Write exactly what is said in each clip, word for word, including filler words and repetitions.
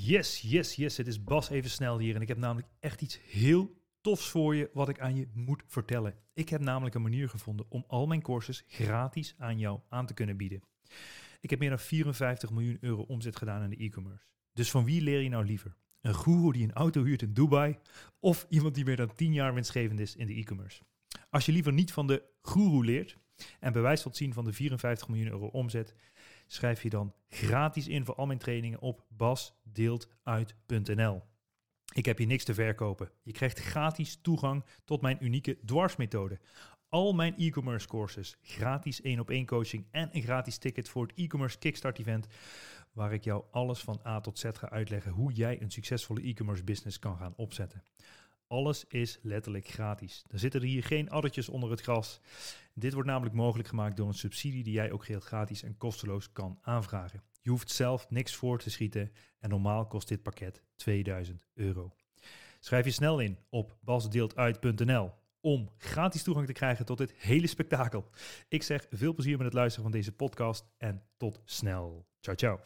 Yes, yes, yes. Het is Bas even snel hier en ik heb namelijk echt iets heel tofs voor je wat ik aan je moet vertellen. Ik heb namelijk een manier gevonden om al mijn courses gratis aan jou aan te kunnen bieden. Ik heb meer dan vierenvijftig miljoen euro omzet gedaan in de e-commerce. Dus van wie leer je nou liever? Een goeroe die een auto huurt in Dubai of iemand die meer dan tien jaar winstgevend is in de e-commerce? Als je liever niet van de goeroe leert en bewijs wilt zien van de vierenvijftig miljoen euro omzet, schrijf je dan gratis in voor al mijn trainingen op bas deelt uit punt n l. Ik heb hier niks te verkopen. Je krijgt gratis toegang tot mijn unieke dwarsmethode. Al mijn e-commerce courses, gratis één op één coaching en een gratis ticket voor het e-commerce kickstart event, waar ik jou alles van A tot Z ga uitleggen hoe jij een succesvolle e-commerce business kan gaan opzetten. Alles is letterlijk gratis. Er zitten er hier geen addertjes onder het gras. Dit wordt namelijk mogelijk gemaakt door een subsidie die jij ook geheel gratis en kosteloos kan aanvragen. Je hoeft zelf niks voor te schieten en normaal kost dit pakket tweeduizend euro. Schrijf je snel in op bas deelt uit punt n l om gratis toegang te krijgen tot dit hele spektakel. Ik zeg veel plezier met het luisteren van deze podcast en tot snel. Ciao, ciao.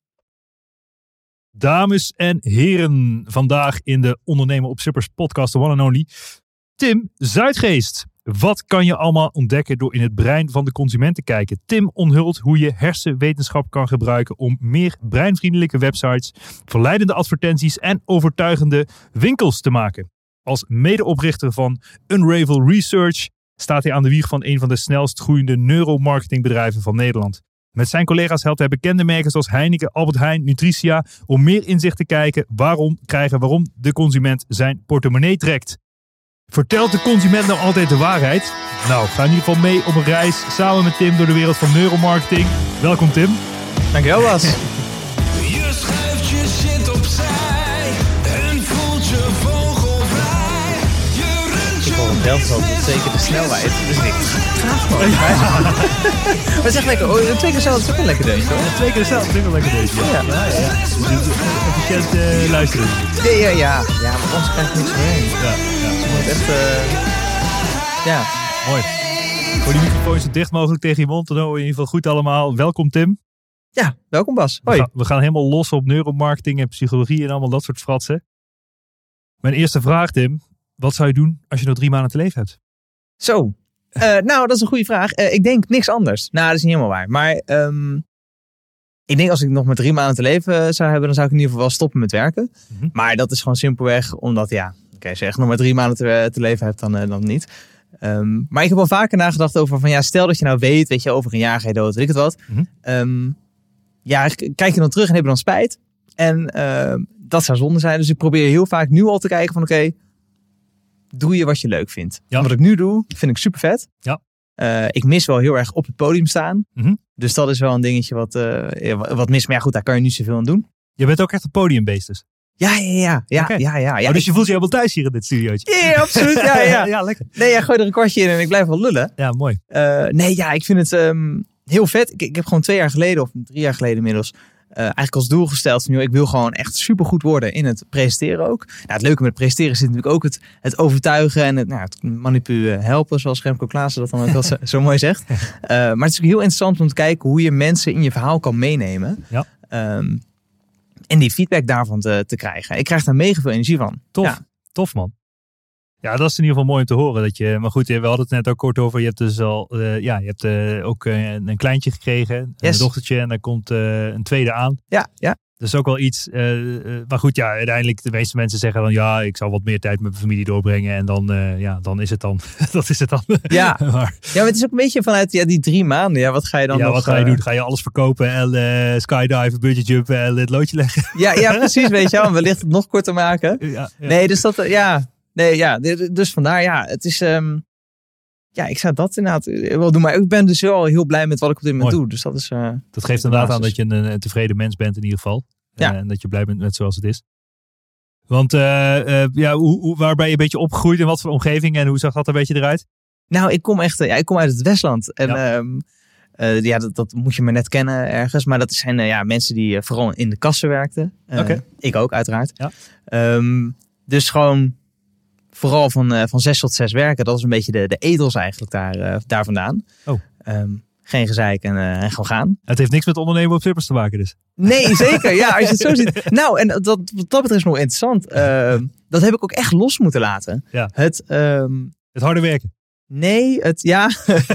Dames en heren, vandaag in de Ondernemen op Zippers podcast, the one and only, Tim Zuidgeest. Wat kan je allemaal ontdekken door in het brein van de consument te kijken? Tim onthult hoe je hersenwetenschap kan gebruiken om meer breinvriendelijke websites, verleidende advertenties en overtuigende winkels te maken. Als medeoprichter van Unravel Research staat hij aan de wieg van een van de snelst groeiende neuromarketingbedrijven van Nederland. Met zijn collega's helpt hij bekende merken zoals Heineken, Albert Heijn, Nutricia om meer inzicht te kijken waarom krijgen waarom de consument zijn portemonnee trekt. Vertelt de consument nou altijd de waarheid? Nou, ga in ieder geval mee op een reis samen met Tim door de wereld van neuromarketing. Welkom Tim. Dankjewel Bas. Je schuift je shit opzij en voelt je vogelvrij. Je runt je Ik hoor een belt zo zeker de snelheid. Dus ik graag gewoon. Maar het is echt lekker. Oh, twee keer zelf is ook wel lekker deze hoor. Twee keer zelf, vind ik wel lekker deze. Ja, ja, ja. Efficiënt uh, luisteren. Ja, ja, ja. Ja, maar anders krijg ik niks doorheen. Ja, ja. Het wordt echt, uh, ja. Mooi. Voor die microfoon zo dicht mogelijk tegen je mond. Dan hoor je in ieder geval goed allemaal. Welkom Tim. Ja, welkom Bas. We Hoi. gaan, we gaan helemaal los op neuromarketing en psychologie en allemaal dat soort fratsen. Mijn eerste vraag Tim. Wat zou je doen als je nog drie maanden te leven hebt? Zo. Uh, nou, dat is een goede vraag. Uh, ik denk niks anders. Nou, dat is niet helemaal waar. Maar um, ik denk als ik nog maar drie maanden te leven zou hebben, dan zou ik in ieder geval wel stoppen met werken. Mm-hmm. Maar dat is gewoon simpelweg omdat, ja, oké, okay, als je echt nog maar drie maanden te, te leven hebt, dan, uh, dan niet. Um, maar ik heb al vaker nagedacht over van, ja, stel dat je nou weet, weet je, over een jaar ga je dood, weet ik het wat. Mm-hmm. Um, ja, kijk je dan terug en heb je dan spijt. En uh, dat zou zonde zijn. Dus ik probeer heel vaak nu al te kijken van, oké, okay, doe je wat je leuk vindt. Ja. Wat ik nu doe, vind ik super vet. Ja. Uh, ik mis wel heel erg op het podium staan. Mm-hmm. Dus dat is wel een dingetje wat, uh, wat mis. Maar ja, goed, daar kan je niet zoveel aan doen. Je bent ook echt een podiumbeest dus? Ja, ja, ja. ja, okay. ja, ja, ja. Oh, dus je voelt je helemaal thuis hier in dit studiootje? Ja, absoluut. Ja, ja. Ja, lekker. Nee, ja, gooi er een kwartje in en ik blijf wel lullen. Ja, mooi. Uh, nee, ja, ik vind het um, heel vet. Ik, ik heb gewoon twee jaar geleden, of drie jaar geleden inmiddels, Uh, eigenlijk als doel gesteld van, joh, ik wil gewoon echt supergoed worden in het presenteren ook. Nou, het leuke met het presenteren zit natuurlijk ook het, het overtuigen en het, nou, het manipu helpen, zoals Remco Klaassen dat dan ook wel zo, zo mooi zegt. Uh, maar het is ook heel interessant om te kijken hoe je mensen in je verhaal kan meenemen. Ja. Um, en die feedback daarvan te, te krijgen. Ik krijg daar mega veel energie van. Tof, ja. Tof man. Ja, dat is in ieder geval mooi om te horen. Dat je, maar goed, we hadden het net ook kort over. Je hebt dus al, uh, ja, je hebt uh, ook uh, een kleintje gekregen, yes. Een dochtertje, en daar komt uh, een tweede aan. Ja, ja. Dat is ook wel iets. Uh, uh, maar goed, ja, uiteindelijk de meeste mensen zeggen dan, ja, ik zal wat meer tijd met mijn familie doorbrengen en dan, uh, ja, dan is het dan. dat is het dan. Ja. maar, ja, maar het is ook een beetje vanuit ja, die drie maanden. Ja, wat ga je dan? Ja, nog, wat ga je uh, doen? Ga je alles verkopen en uh, skydiven, budget jumpen en het loodje leggen? Ja, ja, precies, weet je wel. Wellicht het nog korter maken. Ja, ja. Nee, dus dat, ja. Nee, ja, dus vandaar, ja, het is, um, ja, ik zou dat inderdaad wel doen. Maar ik ben dus wel heel blij met wat ik op dit moment Mooi. doe. Dus dat is. Uh, dat geeft inderdaad aan dat je een, een tevreden mens bent in ieder geval. Ja. Uh, en dat je blij bent met zoals het is. Want uh, uh, ja, hoe, hoe, waar ben je een beetje opgegroeid in wat voor omgeving en hoe zag dat een beetje eruit? Nou, ik kom echt, ja, ik kom uit het Westland. En ja, um, uh, ja dat, dat moet je maar net kennen ergens. Maar dat zijn uh, ja, mensen die uh, vooral in de kassen werkten. Uh, okay. Ik ook, uiteraard. Ja. Um, dus gewoon vooral van, uh, van zes tot zes werken. Dat is een beetje de, de edels eigenlijk daar, uh, daar vandaan. Oh. Um, geen gezeik en, uh, en gewoon gaan. Het heeft niks met ondernemen op Slippers te maken dus. Nee, zeker. Ja, als je het zo ziet. Nou, en dat, wat dat betreft is nog interessant. Uh, dat heb ik ook echt los moeten laten. Ja. Het, um, het harde werken. Nee, het, ja,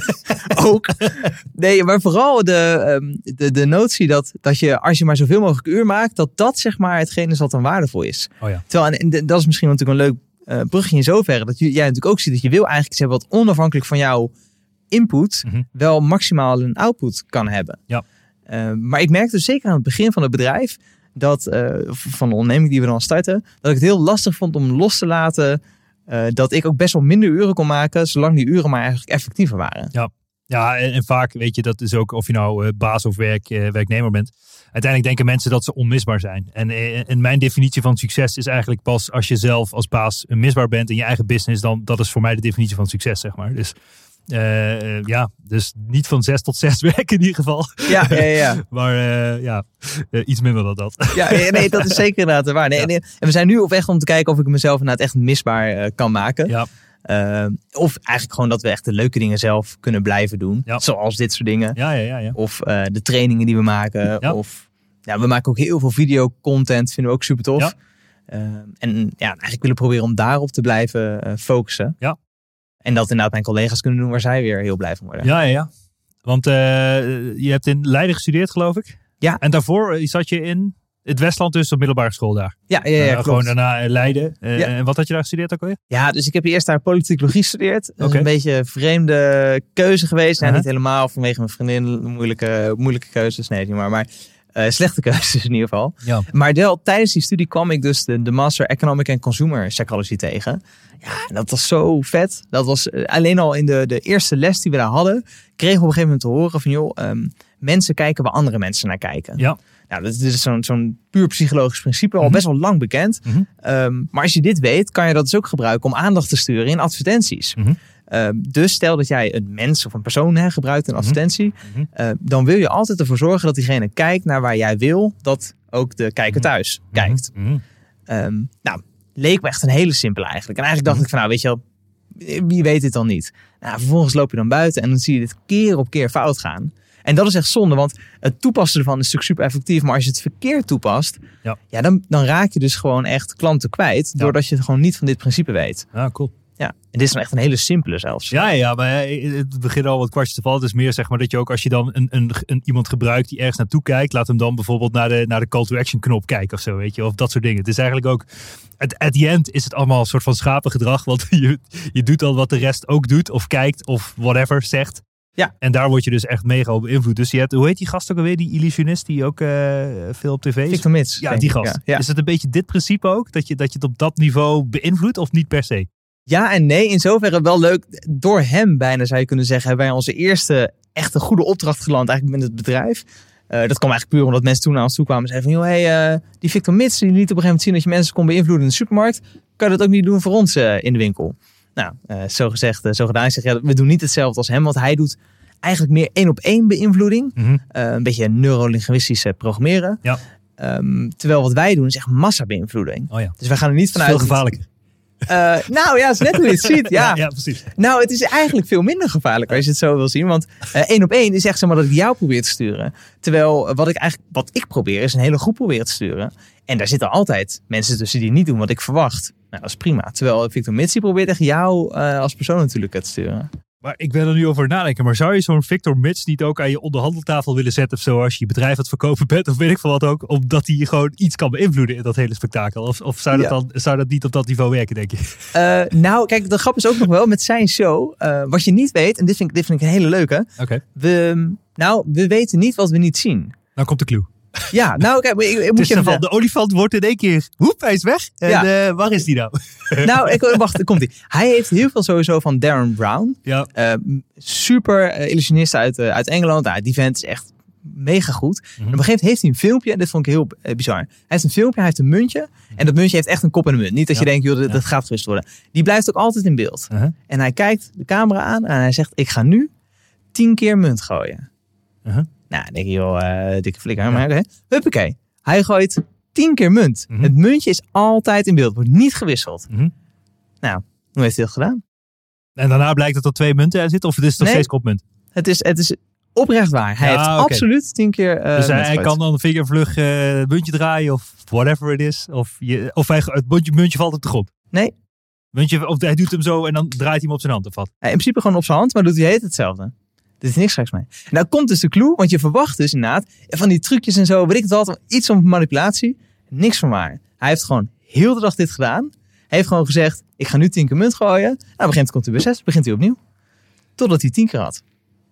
ook. Nee, maar vooral de, um, de, de notie dat, dat je, als je maar zoveel mogelijk uur maakt, dat dat zeg maar hetgene is wat dan waardevol is. Oh ja. Terwijl, en, en dat is misschien natuurlijk een leuk uh, brugje in zoverre, dat jij natuurlijk ook ziet dat je wil eigenlijk iets hebben wat onafhankelijk van jouw input mm-hmm. wel maximaal een output kan hebben. Ja. Uh, maar ik merkte dus zeker aan het begin van het bedrijf, dat uh, van de onderneming die we dan starten, dat ik het heel lastig vond om los te laten uh, dat ik ook best wel minder uren kon maken, zolang die uren maar eigenlijk effectiever waren. Ja, ja en, en vaak weet je, dat is ook of je nou uh, baas of werk, uh, werknemer bent. Uiteindelijk denken mensen dat ze onmisbaar zijn. En, en mijn definitie van succes is eigenlijk pas als je zelf als baas misbaar bent in je eigen business, dan dat is voor mij de definitie van succes, zeg maar. Dus Uh, uh, ja, dus niet van zes tot zes werken in ieder geval. Ja, ja, ja. maar uh, ja, uh, iets minder dan dat. Ja, nee, dat is zeker inderdaad waar. Nee, ja. nee, en we zijn nu op weg om te kijken of ik mezelf inderdaad echt misbaar uh, kan maken. Ja. Uh, of eigenlijk gewoon dat we echt de leuke dingen zelf kunnen blijven doen. Ja. Zoals dit soort dingen. Ja, ja, ja, ja. Of uh, de trainingen die we maken. Ja. Of ja, we maken ook heel veel videocontent. Vinden we ook super tof. Ja. Uh, en ja, eigenlijk willen proberen om daarop te blijven uh, focussen. Ja. En dat inderdaad mijn collega's kunnen doen waar zij weer heel blij van worden. Ja, ja, ja. Want uh, je hebt in Leiden gestudeerd, geloof ik. Ja. En daarvoor zat je in het Westland, dus op middelbare school daar. Ja, ja, ja. Uh, gewoon daarna Leiden. Uh, ja. En wat had je daar gestudeerd ook alweer? Ja, dus ik heb eerst daar politicologie gestudeerd. Dat okay. is een beetje een vreemde keuze geweest. Nou, uh-huh. Niet helemaal vanwege mijn vriendin. Moeilijke, moeilijke keuzes. Nee, niet maar. Maar uh, slechte keuzes in ieder geval. Ja. Maar wel, tijdens die studie kwam ik dus de, de Master Economic and Consumer Psychology tegen. Ja, dat was zo vet. Dat was uh, alleen al in de, de eerste les die we daar hadden, kregen we op een gegeven moment te horen van joh, um, mensen kijken waar andere mensen naar kijken. Ja. Nou, dit is zo'n, zo'n puur psychologisch principe, al mm-hmm. best wel lang bekend. Mm-hmm. Um, maar als je dit weet, kan je dat dus ook gebruiken om aandacht te sturen in advertenties. Mm-hmm. Uh, dus stel dat jij een mens of een persoon hè, gebruikt in een advertentie, mm-hmm. uh, dan wil je altijd ervoor zorgen dat diegene kijkt naar waar jij wil dat ook de kijker thuis mm-hmm. kijkt. Mm-hmm. Um, nou, leek me echt een hele simpele eigenlijk. En eigenlijk dacht ik van nou, weet je wel, wie weet dit dan niet? Nou, vervolgens loop je dan buiten en dan zie je dit keer op keer fout gaan. En dat is echt zonde, want het toepassen ervan is natuurlijk super effectief. Maar als je het verkeerd toepast, ja. Ja, dan, dan raak je dus gewoon echt klanten kwijt. Ja. Doordat je het gewoon niet van dit principe weet. Ja, cool. Ja, en dit is dan echt een hele simpele zelfs. Ja, ja, maar het begint al wat kwartjes te vallen. Het is meer zeg maar dat je ook als je dan een, een, een iemand gebruikt die ergens naartoe kijkt, laat hem dan bijvoorbeeld naar de, naar de call to action knop kijken of zo, weet je. Of dat soort dingen. Het is eigenlijk ook, at, at the end is het allemaal een soort van schapengedrag. Want je, je doet dan wat de rest ook doet of kijkt of whatever zegt. Ja. En daar word je dus echt mega op beïnvloed. Dus je hebt, hoe heet die gast ook alweer? Die illusionist die ook uh, veel op tv is? Victor Mits. Ja, die gast. Ja, ja. Is het een beetje dit principe ook? Dat je, dat je het op dat niveau beïnvloedt of niet per se? Ja en nee, in zoverre wel leuk. Door hem bijna zou je kunnen zeggen, hebben wij onze eerste echte goede opdracht geland eigenlijk met het bedrijf. Uh, dat kwam eigenlijk puur omdat mensen toen naar ons toe kwamen en zeiden van, joh, hey, uh, die Victor Mits, die liet op een gegeven moment zien dat je mensen kon beïnvloeden in de supermarkt. Kan je dat ook niet doen voor ons uh, in de winkel? Nou, uh, zo gezegd, uh, zo gedaan. Ik zeg, ja, we doen niet hetzelfde als hem, want hij doet eigenlijk meer één op één beïnvloeding. Mm-hmm. Uh, een beetje neurolinguïstisch uh, programmeren. Ja. Um, terwijl wat wij doen is echt massa beïnvloeding. Oh ja. Dus wij gaan er niet vanuit. Veel gevaarlijker. Uh, nou ja, dat is net hoe je het ziet. Ja. Ja, ja, precies. Nou, het is eigenlijk veel minder gevaarlijk als je het zo wil zien. Want uh, één op één is echt zeg maar dat ik jou probeer te sturen. Terwijl wat ik eigenlijk, wat ik probeer is een hele groep proberen te sturen. En daar zitten altijd mensen tussen die niet doen wat ik verwacht. Nou, dat is prima. Terwijl Victor Mitsi probeert echt jou uh, als persoon natuurlijk te sturen. Maar ik ben er nu over nadenken. Maar zou je zo'n Victor Mits niet ook aan je onderhandeltafel willen zetten of zo, als je je bedrijf aan het verkopen bent of weet ik veel wat ook, omdat hij gewoon iets kan beïnvloeden in dat hele spektakel? Of, of zou, dat ja. dan, zou dat niet op dat niveau werken, denk je? Uh, nou, kijk, de grap is ook nog wel met zijn show. Uh, wat je niet weet, en dit vind ik, dit vind ik een hele leuke. Okay. We, nou, we weten niet wat we niet zien. Nou komt de clue. Ja, nou kijk, ik, ik moet je van de olifant wordt in één keer, hoep, hij is weg. En ja. uh, waar is die nou? Nou, ik, wacht, komt hij. Hij heeft heel veel sowieso van Darren Brown. Ja. Uh, super uh, illusionist uit, uh, uit Engeland. Nou, die vent is echt mega goed. Mm-hmm. En op een gegeven moment heeft hij een filmpje, en dit vond ik heel uh, bizar. Hij heeft een filmpje, hij heeft een muntje. Mm-hmm. En dat muntje heeft echt een kop en een munt. Niet dat ja. je denkt, joh, dat, ja. dat gaat gerust worden. Die blijft ook altijd in beeld. Uh-huh. En hij kijkt de camera aan en hij zegt, ik ga nu tien keer munt gooien. Uh-huh. Nou, dan denk je, joh, uh, dikke flikker. Ja. Maar oké, okay. Huppakee. Hij gooit tien keer munt. Mm-hmm. Het muntje is altijd in beeld. Wordt niet gewisseld. Mm-hmm. Nou, hoe heeft hij dat gedaan? En daarna blijkt dat er twee munten in zitten? Of het is nog nee, steeds kopmunt? Het is, het is Oprecht waar. Hij Ja, heeft oké. absoluut tien keer uh, Dus hij, hij metgegooid. kan dan vingervlug uh, het muntje draaien of whatever it is. Of, je, of hij, het muntje, muntje valt op de grond. Nee. Muntje, of hij doet hem zo en dan draait hij hem op zijn hand of wat. Hij in principe gewoon op zijn hand, maar doet hij heet hetzelfde. Er is niks geks mee. En nou komt dus de clue, want je verwacht dus inderdaad van die trucjes en zo, weet ik het altijd, iets van manipulatie. Niks van waar. Hij heeft gewoon heel de dag dit gedaan. Hij heeft gewoon gezegd, ik ga nu tien keer munt gooien. Nou, begint komt hij bij zes, begint hij opnieuw. Totdat hij tien keer had.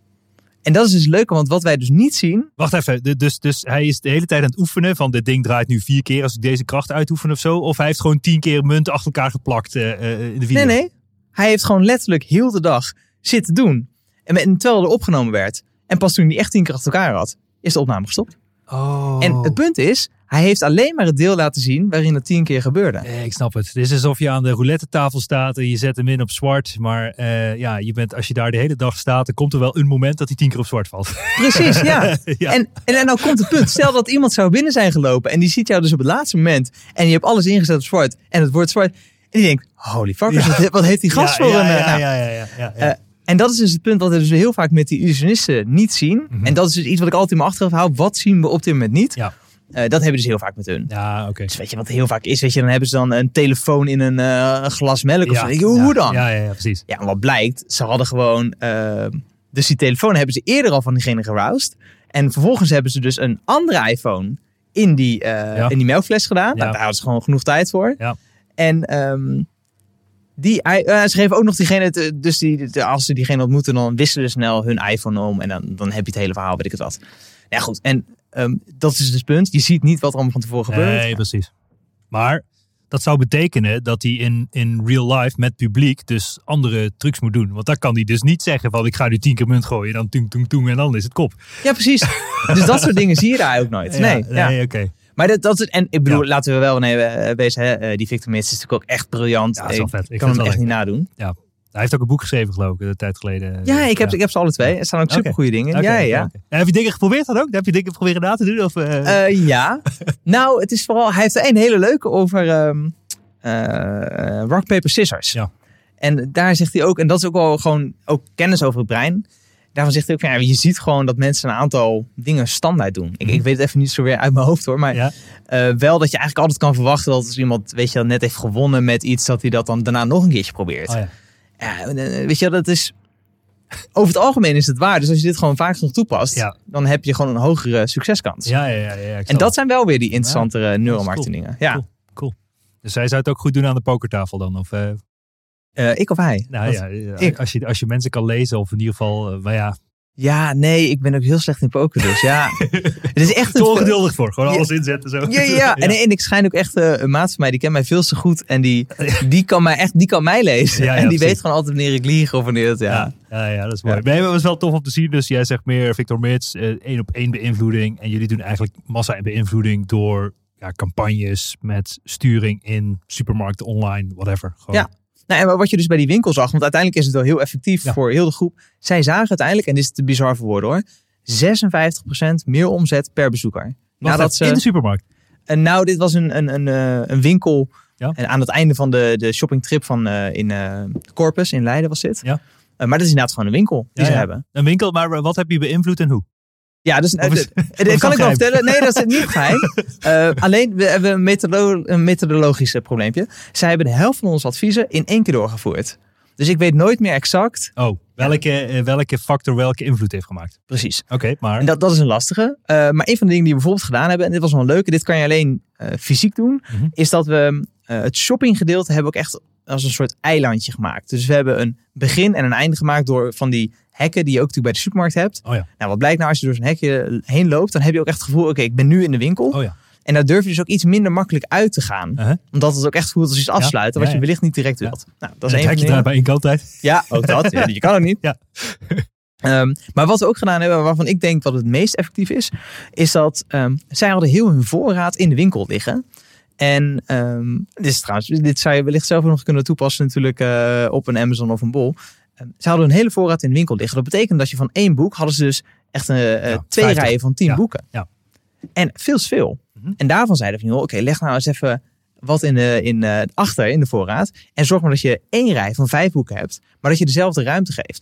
En dat is dus leuk, want wat wij dus niet zien... Wacht even, de- dus, dus hij is de hele tijd aan het oefenen van dit ding draait nu vier keer als ik deze kracht uitoefen of zo. Of hij heeft gewoon tien keer munten achter elkaar geplakt uh, uh, in de video. Nee, nee. Hij heeft gewoon letterlijk heel de dag zitten doen. En met- en terwijl er opgenomen werd. En pas toen hij echt tien keer achter elkaar had, is de opname gestopt. Oh. En het punt is, hij heeft alleen maar het deel laten zien waarin het tien keer gebeurde. Eh, ik snap het. Het is alsof je aan de roulette tafel staat en je zet hem in op zwart. Maar uh, ja, je bent, als je daar de hele dag staat, dan komt er wel een moment dat hij tien keer op zwart valt. Precies, ja. Ja. En, en, en nou komt het punt. Stel dat iemand zou binnen zijn gelopen en die ziet jou dus op het laatste moment. En je hebt alles ingezet op zwart en het wordt zwart. En die denkt, holy fuckers, Ja. wat, wat heeft die gast ja, voor ja, een... ja, uh, nou, ja, ja, ja, ja, ja. uh, En dat is dus het punt wat we dus heel vaak met die illusionisten niet zien. Mhm. En dat is dus iets wat ik altijd in mijn achterhoofd hou. Wat zien we op dit moment niet? Ja. Uh, dat hebben we dus heel vaak met hun. Ja, oké. Dus weet je wat heel vaak is? Weet je, dan hebben ze dan een telefoon in een uh, glas melk of Ja, zo. Denk je, hoe ja, dan? Ja, ja, ja, precies. Ja, en wat blijkt, ze hadden gewoon... Uh, dus die telefoon hebben ze eerder al van diegene geroused. En vervolgens hebben ze dus een andere iPhone in die, uh, Ja. in die melkfles gedaan. Ja. Nou, daar hadden ze gewoon genoeg tijd voor. Ja. En um, die, uh, ze geven ook nog diegene... Te, dus die, de, als ze diegene ontmoeten, dan wisselen ze snel hun iPhone om. En dan, dan heb je het hele verhaal, weet ik het wat. Ja, goed. En um, dat is dus het punt. Je ziet niet wat er allemaal van tevoren gebeurt. Nee, precies. Maar dat zou betekenen dat hij in, in real life met publiek dus andere trucs moet doen. Want dan kan hij dus niet zeggen van ik ga nu tien keer munt gooien. Dan toeng, toeng, toeng en dan is het kop. Ja, precies. Dus dat soort dingen zie je daar ook nooit. Nee, ja, ja. nee oké. Maar dat, dat is, en ik bedoel, Ja. laten we wel nee, uh, wezen, hè, uh, die Victor Mits is natuurlijk ook echt briljant. Ja, dat is wel ik vet. Ik kan vind hem het echt wel niet nadoen. Hij heeft ook een boek geschreven geloof ik, een tijd geleden. Ja, ik heb, ik heb ze alle twee. Er staan ook Oké. super goede dingen. Oké, ja, oké, ja. oké. En heb je dingen geprobeerd dan ook? Heb je dingen proberen na te doen? Of, uh... Uh, ja. Nou, het is vooral, hij heeft er een hele leuke over um, uh, rock, paper, scissors. Ja. En daar zegt hij ook, en dat is ook wel gewoon ook kennis over het brein. Daarvan zegt hij ook, van, ja, je ziet gewoon dat mensen een aantal dingen standaard doen. Ik, ik weet het even niet zo weer uit mijn hoofd hoor, maar Ja. uh, wel dat je eigenlijk altijd kan verwachten dat als iemand, weet je, net heeft gewonnen met iets, dat hij dat dan daarna nog een keertje probeert. Oh, ja. Ja, weet je, dat is... Over het algemeen is het waar. Dus als je dit gewoon vaak genoeg toepast, Ja. dan heb je gewoon een hogere succeskans. Ja, ja, ja, ja, ik En dat zijn wel weer die interessantere Ja, neuromarketingdingen. Ja. Cool, cool. Dus hij zou het ook goed doen aan de pokertafel dan? Of, uh, Uh, ik of hij? nou Wat? ja, ja, Ik. als je, als je mensen kan lezen of in ieder geval, uh, maar ja, Ja, nee, ik ben ook heel slecht in poker. Dus ja, het is echt te een... ongeduldig voor. Gewoon Ja. alles inzetten zo. Ja, ja, ja. En, en ik schijn ook echt uh, een maat van mij, die kent mij veel te goed. En die, die, kan, mij echt, die kan mij lezen. Ja, ja, en die precies. weet gewoon altijd wanneer ik lieg of wanneer het... Ja. Ja, ja, ja, dat is mooi. Ja. Nee, maar het was wel tof om te zien. Dus jij zegt meer Victor Mits, uh, één op één beïnvloeding. En jullie doen eigenlijk massa beïnvloeding door ja, campagnes met sturing in supermarkten, online, whatever. Gewoon. Ja. Nou, en wat je dus bij die winkel zag, want uiteindelijk is het wel heel effectief Ja. voor heel de groep. Zij zagen uiteindelijk, en dit is te bizar voor woorden hoor, zesenvijftig procent meer omzet per bezoeker. Wacht Nadat even, ze, in de supermarkt. en nou, dit was een, een, een, eh, een winkel. Ja. En aan het einde van de, de shoppingtrip van uh, in uh, Corpus in Leiden was dit. Ja. Uh, maar dat is inderdaad gewoon een winkel die Ja, ze ja. hebben. Een winkel, maar wat heb je beïnvloed en hoe? Ja, dus uh, Of is- de- of de- is kan dat ik wel geheim? vertellen. Nee, dat is niet geheim. Uh, alleen, we hebben een, methodolo- een methodologisch uh, probleempje. Zij hebben de helft van onze adviezen in één keer doorgevoerd. Dus ik weet nooit meer exact. Oh, welke, eh, welke factor welke invloed heeft gemaakt? Precies. Oké, maar... En dat, dat is een lastige. Uh, maar een van de dingen die we bijvoorbeeld gedaan hebben, en dit was wel een leuke, dit kan je alleen uh, fysiek doen, Mhm. is dat we uh, het shoppinggedeelte hebben we ook echt als een soort eilandje gemaakt. Dus we hebben een begin en een einde gemaakt door van die hekken die je ook natuurlijk bij de supermarkt hebt. Oh ja. Nou, wat blijkt nou als je door zo'n hekje heen loopt, dan heb je ook echt het gevoel, oké, ik ben nu in de winkel. Oh ja. En daar durf je dus ook iets minder makkelijk uit te gaan. Uh-huh. Omdat het ook echt voelt als iets afsluiten, wat ja, je ja. wellicht niet direct Ja. wilt. Nou, dat Dat is is één een van de hekje dingen. draait bij één kant uit. Ja, ook dat. Ja, je kan ook niet. Ja. Um, maar wat we ook gedaan hebben, waarvan ik denk dat het meest effectief is, is dat um, zij hadden heel hun voorraad in de winkel liggen. En um, dit is trouwens, dit zou je wellicht zelf ook nog kunnen toepassen natuurlijk uh, op een Amazon of een Bol. Um, ze hadden een hele voorraad in de winkel liggen. Dat betekent dat je van één boek hadden ze dus echt uh, uh, Ja, twee vijftig. rijen van tien Ja, boeken. ja. En veel te veel. Mhm. En daarvan zeiden we, joh, oké, leg nou eens even wat in de, in, uh, achter in de voorraad. En zorg maar dat je één rij van vijf boeken hebt, maar dat je dezelfde ruimte geeft.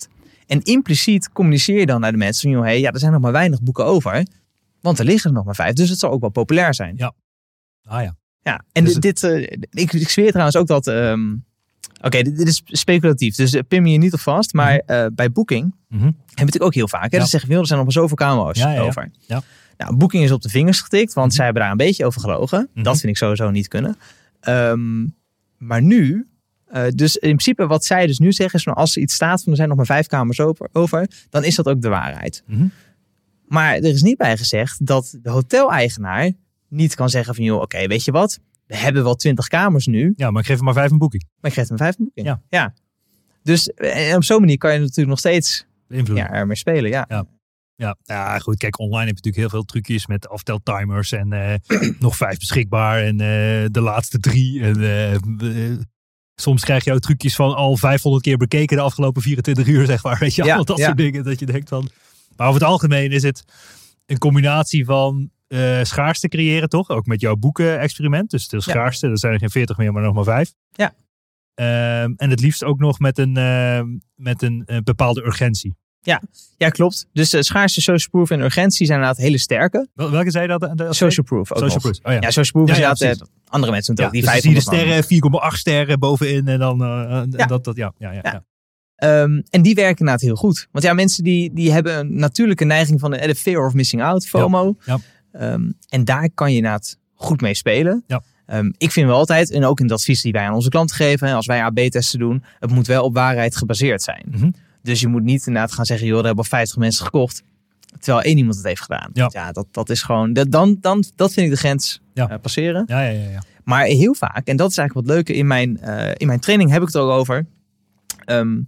En impliciet communiceer je dan naar de mensen van, joh, hey, ja, er zijn nog maar weinig boeken over. Want er liggen er nog maar vijf. Dus het zal ook wel populair zijn. Ja. Ah ja. Ja, en Dus dit, dit uh, ik, ik zweer trouwens ook dat... Um, Oké, okay, dit, dit is speculatief. Dus uh, pin me hier niet op vast. Maar uh, bij Booking Mm-hmm. hebben we natuurlijk ook heel vaak. Hè? Ja. Dat zeggen we, er zijn nog maar zoveel kamers Ja, ja, ja. over. Ja. Nou, Booking is op de vingers getikt. Want Mm-hmm. zij hebben daar een beetje over gelogen. Mm-hmm. Dat vind ik sowieso niet kunnen. Um, maar nu... Uh, dus in principe wat zij dus nu zeggen is van als er iets staat van er zijn nog maar vijf kamers over, dan is dat ook de waarheid. Mm-hmm. Maar er is niet bij gezegd dat de hoteleigenaar niet kan zeggen van joh, oké, okay, weet je wat? We hebben wel twintig kamers nu. Ja, maar ik geef er maar vijf een boeking. Maar ik geef hem vijf een boeking. Ja. ja. Dus en op zo'n manier kan je natuurlijk nog steeds Invloed. ja, ermee spelen. Ja. Ja. Ja, ja, goed. Kijk, online heb je natuurlijk heel veel trucjes met afteltimers en uh, nog vijf beschikbaar en uh, de laatste drie. En, uh, uh, soms krijg je ook trucjes van al vijfhonderd keer bekeken de afgelopen vierentwintig uur, zeg maar. Weet je, ja, al dat ja. soort dingen. Dat je denkt van... Maar over het algemeen is het een combinatie van uh, schaarste creëren, toch? Ook met jouw boeken-experiment. Dus de schaarste, ja. Er zijn er geen veertig meer, maar nog maar vijf. Ja. Um, en het liefst ook nog met een, uh, met een uh, bepaalde urgentie. Ja, ja, klopt. Dus uh, schaarste, social proof en urgentie zijn inderdaad hele sterke. Wel, welke zei je dat? De, de, social proof ook social nog. proof. Oh, ja. ja, social proof ja, ja, is inderdaad... Uh, andere mensen doen het ja, ook. Die dus zie je de vijfhonderd sterren, vier komma acht sterren bovenin en dan... Uh, ja. dat, dat, ja, ja, ja, ja. ja. Um, en die werken inderdaad heel goed. Want ja, mensen die, die hebben een natuurlijke neiging van de, de fear of missing out, FOMO. Ja. Ja. Um, en daar kan je inderdaad goed mee spelen. Ja. Um, ik vind wel altijd, en ook in het advies die wij aan onze klanten geven, als wij A B testen doen, het moet wel op waarheid gebaseerd zijn. Mm-hmm. Dus je moet niet inderdaad gaan zeggen, joh, er hebben al vijftig mensen gekocht, terwijl één iemand het heeft gedaan. Ja, ja dat, dat is gewoon, dat, dan, dan, dat vind ik de grens ja. uh, passeren. Ja, ja, ja, ja. Maar heel vaak, en dat is eigenlijk wat leuke, in mijn, uh, in mijn training heb ik het er ook over. Um,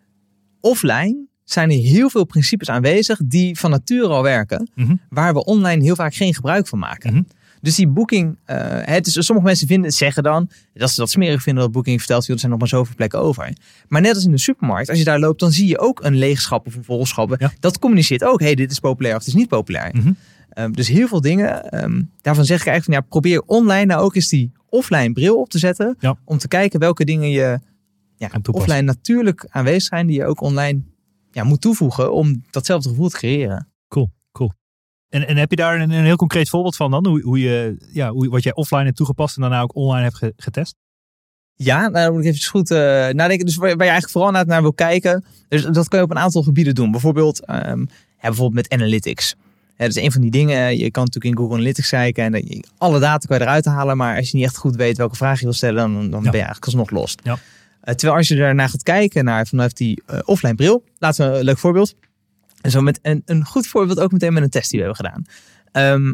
offline zijn er heel veel principes aanwezig die van nature al werken, Mm-hmm. waar we online heel vaak geen gebruik van maken. Mm-hmm. Dus die Booking, uh, het is, sommige mensen vinden, zeggen dan dat ze dat smerig vinden dat Booking vertelt, joh, er zijn nog maar zoveel plekken over. Maar net als in de supermarkt, als je daar loopt, dan zie je ook een leegschap of een volschap. Ja. Dat communiceert ook, hey, dit is populair of het is niet populair. Mm-hmm. Um, dus heel veel dingen, um, daarvan zeg ik eigenlijk van ja, probeer online nou ook eens die offline bril op te zetten, ja. om te kijken welke dingen je ja, offline natuurlijk aanwezig zijn, die je ook online ja, moet toevoegen om datzelfde gevoel te creëren. Cool, cool. En, en heb je daar een, een heel concreet voorbeeld van dan? Hoe, hoe je, ja, hoe, wat jij offline hebt toegepast en daarna ook online hebt ge, getest? Ja, nou, dan moet ik even goed uh, nadenken. Dus waar, waar je eigenlijk vooral naar, naar wil kijken. Dus dat kan je op een aantal gebieden doen. Bijvoorbeeld, um, ja, bijvoorbeeld met analytics. Ja, dat is een van die dingen. Je kan natuurlijk in Google Analytics kijken. En uh, alle data kan je eruit halen. Maar als je niet echt goed weet welke vraag je wil stellen, dan, dan ja. ben je eigenlijk alsnog lost. Ja. Uh, terwijl als je daarnaar gaat kijken naar vanuit die uh, offline bril. Laten we een leuk voorbeeld. En zo met een, een goed voorbeeld ook meteen met een test die we hebben gedaan. Um,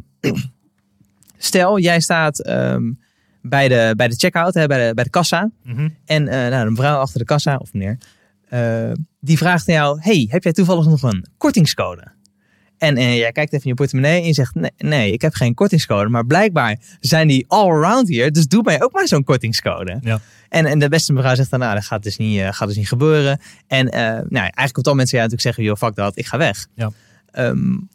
stel, jij staat um, bij, de, bij de checkout, hè, bij, de, bij de kassa. Mm-hmm. En uh, nou, een vrouw achter de kassa, of meneer, uh, die vraagt aan jou, hey, heb jij toevallig nog een kortingscode? En uh, jij kijkt even in je portemonnee en je zegt, nee, nee, ik heb geen kortingscode. Maar blijkbaar zijn die all around hier, dus doe mij ook maar zo'n kortingscode. Ja. En, en de beste mevrouw zegt dan, nou, dat gaat dus niet, uh, gaat dus niet gebeuren. En uh, nou, eigenlijk op dat moment zou jij natuurlijk zeggen, joh, fuck dat, ik ga weg. Ja. Um,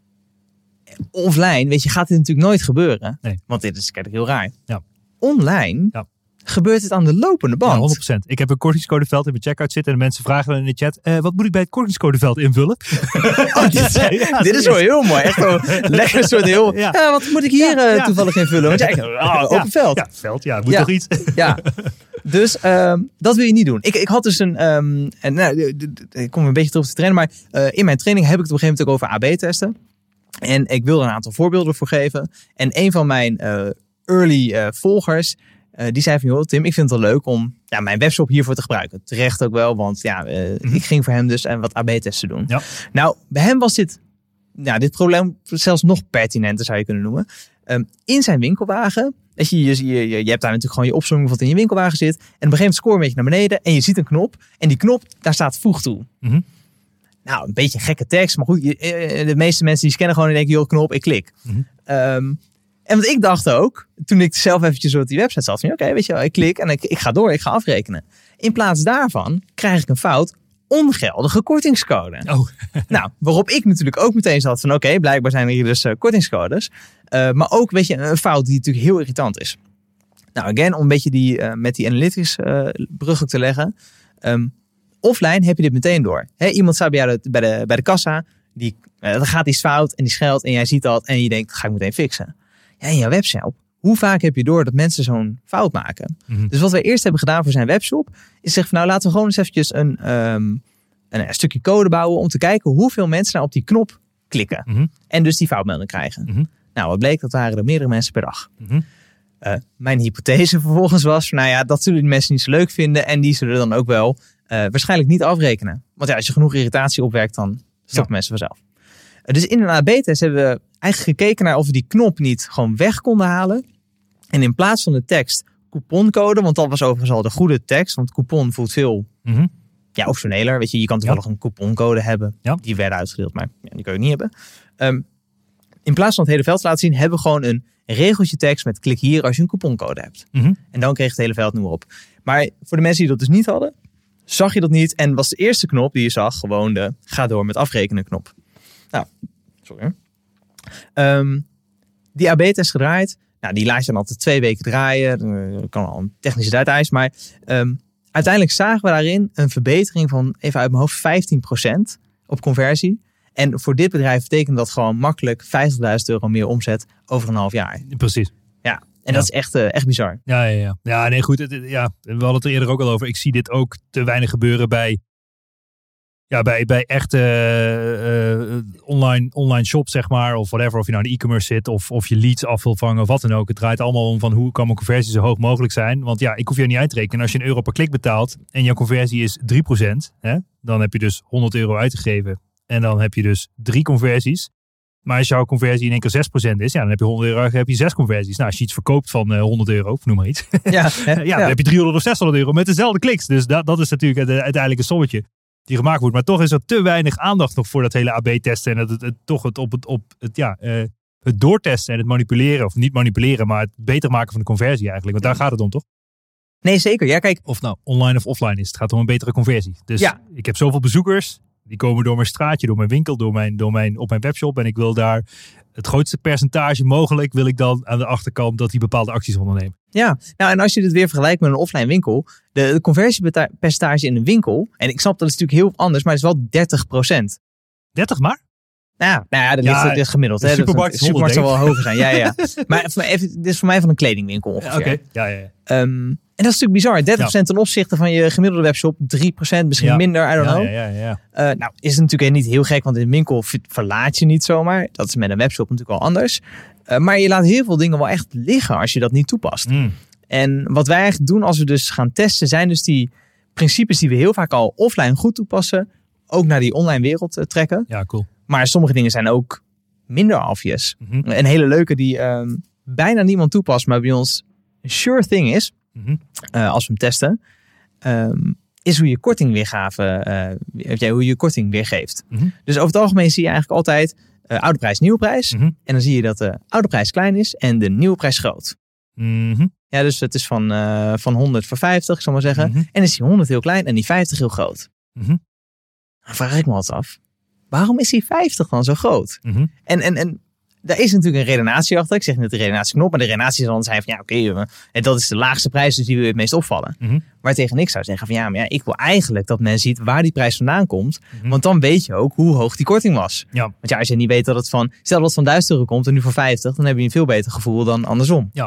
offline, weet je, gaat dit natuurlijk nooit gebeuren. Nee. Want dit is kijk, heel raar. Ja. Online ja. gebeurt het aan de lopende band. Ja, honderd procent. Ik heb een kortingscodeveld in mijn checkout zitten en de mensen vragen in de chat, uh, wat moet ik bij het kortingscodeveld invullen? Oh, dit, ja, dit is wel heel mooi. Echt wel lekker een soort heel, ja. Ja, wat moet ik hier ja, uh, ja. toevallig invullen? Want jij denkt, oh, open veld. Ja, veld, ja, moet ja. toch iets? Ja, dus um, dat wil je niet doen. Ik, ik had dus een, um, en, nou, ik kom een beetje terug te trainen, maar uh, in mijn training heb ik het op een gegeven moment ook over A B testen. En ik wil er een aantal voorbeelden voor geven. En een van mijn uh, early uh, volgers, uh, die zei van, joh, Tim, ik vind het wel leuk om ja, mijn webshop hiervoor te gebruiken. Terecht ook wel, want ja, uh, mm-hmm. ik ging voor hem dus uh, wat A B testen doen. Ja. Nou, bij hem was dit, nou, dit probleem zelfs nog pertinenter, zou je kunnen noemen. Um, in zijn winkelwagen, dat je, je, je, je hebt daar natuurlijk gewoon je opzomming wat in je winkelwagen zit. En op een gegeven moment score een beetje naar beneden en je ziet een knop. En die knop, daar staat voeg toe. Mm-hmm. Nou, een beetje gekke tekst, maar goed, de meeste mensen die scannen gewoon en denken, joh, knop, ik klik. Mm-hmm. Um, en wat ik dacht ook, toen ik zelf eventjes op die website zat, van oké, okay, weet je wel, ik klik en ik, ik ga door, ik ga afrekenen. In plaats daarvan krijg ik een fout, ongeldige kortingscode. Oh. Nou, waarop ik natuurlijk ook meteen zat van oké, okay, blijkbaar zijn er hier dus uh, kortingscodes. Uh, maar ook, weet je, een fout die natuurlijk heel irritant is. Nou, again, om een beetje die, uh, met die analytics uh, brug te leggen. Um, Offline heb je dit meteen door. He, iemand staat bij jou de, bij, de, bij de kassa, die, uh, dan gaat iets fout en die scheldt en jij ziet dat en je denkt, dat ga ik meteen fixen. Ja, in jouw webshop, hoe vaak heb je door dat mensen zo'n fout maken? Mm-hmm. Dus wat wij eerst hebben gedaan voor zijn webshop, is zeggen van nou laten we gewoon eens eventjes een, um, een, een stukje code bouwen om te kijken hoeveel mensen nou op die knop klikken. Mm-hmm. En dus die foutmelding krijgen. Mm-hmm. Nou, wat bleek, dat waren er meerdere mensen per dag. Mm-hmm. Uh, mijn hypothese vervolgens was, nou ja, dat zullen die mensen niet zo leuk vinden en die zullen dan ook wel uh, waarschijnlijk niet afrekenen. Want ja, als je genoeg irritatie opwerkt, dan stoppen ja. mensen vanzelf. Uh, dus in een A B-test hebben we eigenlijk gekeken naar of we die knop niet gewoon weg konden halen. En in plaats van de tekst couponcode, want dat was overigens al de goede tekst, want coupon voelt veel Mm-hmm. ja, optioneler. Weet je, je kan toevallig ja. een couponcode hebben. Ja. Die werden uitgedeeld, maar ja, die kun je niet hebben. Um, in plaats van het hele veld te laten zien, hebben we gewoon een regeltje tekst met klik hier als je een couponcode hebt. Mm-hmm. En dan kreeg het hele veld noem maar op. Maar voor de mensen die dat dus niet hadden, zag je dat niet. En was de eerste knop die je zag gewoon de ga door met afrekenen knop. Nou, sorry. Um, die A B-test gedraaid. Nou, die laat je dan altijd twee weken draaien. Dat kan al een technische details. Maar um, uiteindelijk zagen we daarin een verbetering van, even uit mijn hoofd, vijftien procent op conversie. En voor dit bedrijf betekent dat gewoon makkelijk vijftigduizend euro meer omzet over een half jaar. Precies. Ja, en ja. dat is echt, uh, echt bizar. Ja, ja, ja. ja nee, goed. Het, ja, we hadden het er eerder ook al over. Ik zie dit ook te weinig gebeuren bij, ja, bij, bij echte uh, online, online shops, zeg maar. Of whatever. Of je nou in e-commerce zit. Of, of je leads af wil vangen. Of wat dan ook. Het draait allemaal om van hoe kan mijn conversie zo hoog mogelijk zijn. Want ja, ik hoef je niet uit te rekenen. Als je een euro per klik betaalt en jouw conversie is drie procent. Hè, dan heb je dus honderd euro uitgegeven. En dan heb je dus drie conversies. Maar als jouw conversie in één keer zes procent is, ja, dan heb je honderd euro, heb je zes conversies. Nou, als je iets verkoopt van uh, honderd euro, of noem maar iets. Ja, ja, dan ja. heb je driehonderd of zeshonderd euro met dezelfde kliks. Dus dat, dat is natuurlijk het, uiteindelijk een sommetje die gemaakt wordt. Maar toch is er te weinig aandacht nog voor dat hele A B-testen. En het, het, het, toch het, op het, op het, ja, uh, het doortesten en het manipuleren. Of niet manipuleren, maar het beter maken van de conversie eigenlijk. Want daar gaat het om, toch? Nee, zeker. Ja, kijk. Of nou online of offline is. Het gaat om een betere conversie. Dus ja. ik heb zoveel bezoekers. Die komen door mijn straatje, door mijn winkel, door mijn, door mijn, op mijn webshop. En ik wil daar het grootste percentage mogelijk, wil ik dan aan de achterkant dat die bepaalde acties ondernemen. Ja, nou en als je dit weer vergelijkt met een offline winkel. De, de conversiepercentage in een winkel, en ik snap dat is natuurlijk heel anders, maar het is wel dertig procent. dertig maar? Nou, nou ja, dat ligt, ja, ligt gemiddeld. De hè. supermarkt, de supermarkt zal wel hoger zijn. Ja, ja. Maar even, dit is voor mij van een kledingwinkel ongeveer. Ja, okay. ja, ja, ja. Um, en dat is natuurlijk bizar. dertig procent ja. ten opzichte van je gemiddelde webshop. drie procent misschien ja. minder, I don't ja, know. Ja, ja, ja. Uh, nou, is het natuurlijk niet heel gek, want in een winkel verlaat je niet zomaar. Dat is met een webshop natuurlijk al anders. Uh, maar je laat heel veel dingen wel echt liggen als je dat niet toepast. Mm. En wat wij eigenlijk doen als we dus gaan testen, zijn dus die principes die we heel vaak al offline goed toepassen, ook naar die online wereld uh, trekken. Ja, cool. Maar sommige dingen zijn ook minder obvious. Mm-hmm. Een hele leuke die um, bijna niemand toepast, maar bij ons een sure thing is, mm-hmm. uh, als we hem testen, um, is hoe je kortingweergave, uh, hoe je korting weergeeft. Mm-hmm. Dus over het algemeen zie je eigenlijk altijd uh, oude prijs, nieuwe prijs. Mm-hmm. En dan zie je dat de oude prijs klein is en de nieuwe prijs groot. Mm-hmm. Ja, dus het is van, uh, van honderd voor vijftig, zal maar zeggen. Mm-hmm. En is die honderd heel klein en die vijftig heel groot. Mm-hmm. Dan vraag ik me altijd af, waarom is die vijftig dan zo groot? Mm-hmm. En, en, en daar is natuurlijk een redenatie achter. Ik zeg niet de redenatieknop, maar de redenatie zal dan zijn van ja, oké, okay, dat is de laagste prijs, dus die wil het meest opvallen. Mm-hmm. Waar tegen ik zou zeggen van ja, maar ja, ik wil eigenlijk dat men ziet waar die prijs vandaan komt. Mm-hmm. Want dan weet je ook hoe hoog die korting was. Ja. Want ja, als je niet weet dat het van, stel dat het van duizend euro komt en nu voor vijftig, dan heb je een veel beter gevoel dan andersom. Ja.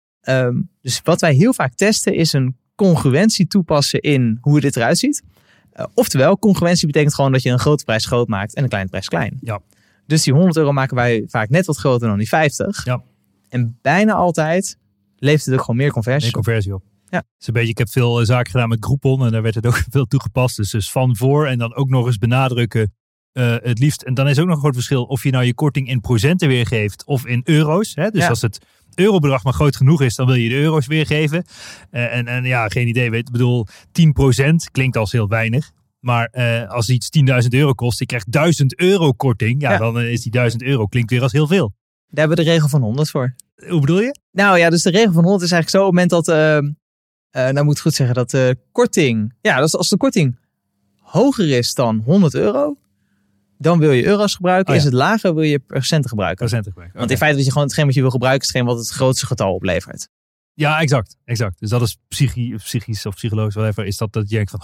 Um, dus wat wij heel vaak testen is een congruentie toepassen in hoe dit eruit ziet. Uh, oftewel, congruentie betekent gewoon dat je een grote prijs groot maakt en een kleine prijs klein. Ja. Dus die honderd euro maken wij vaak net wat groter dan die vijftig. Ja. En bijna altijd levert het ook gewoon meer conversie meer conversie op. Ja. Het is een beetje, ik heb veel zaken gedaan met Groupon en daar werd het ook veel toegepast. Dus, dus van voor en dan ook nog eens benadrukken uh, het liefst. En dan is ook nog een groot verschil of je nou je korting in procenten weergeeft of in euro's. Hè? Dus ja. als het eurobedrag maar groot genoeg is, dan wil je de euro's weergeven. Uh, en, en ja, geen idee. Weet, ik bedoel, tien procent klinkt als heel weinig. Maar uh, als iets tienduizend euro kost, je krijgt duizend euro korting. Ja, ja. dan is die duizend euro klinkt weer als heel veel. Daar hebben we de regel van honderd voor. Hoe bedoel je? Nou ja, dus de regel van honderd is eigenlijk zo op het moment dat, uh, uh, nou moet ik goed zeggen, dat de korting, ja, dus als de korting hoger is dan honderd euro, dan wil je euro's gebruiken. Oh, ja. Is het lager, wil je procenten gebruiken. Procenten gebruiken. Want okay. in feite is je gewoon hetgeen wat je wil gebruiken, is hetgeen wat het grootste getal oplevert. Ja, exact. exact. Dus dat is psychi- psychisch of psychologisch, whatever, is dat dat je denkt van, oh,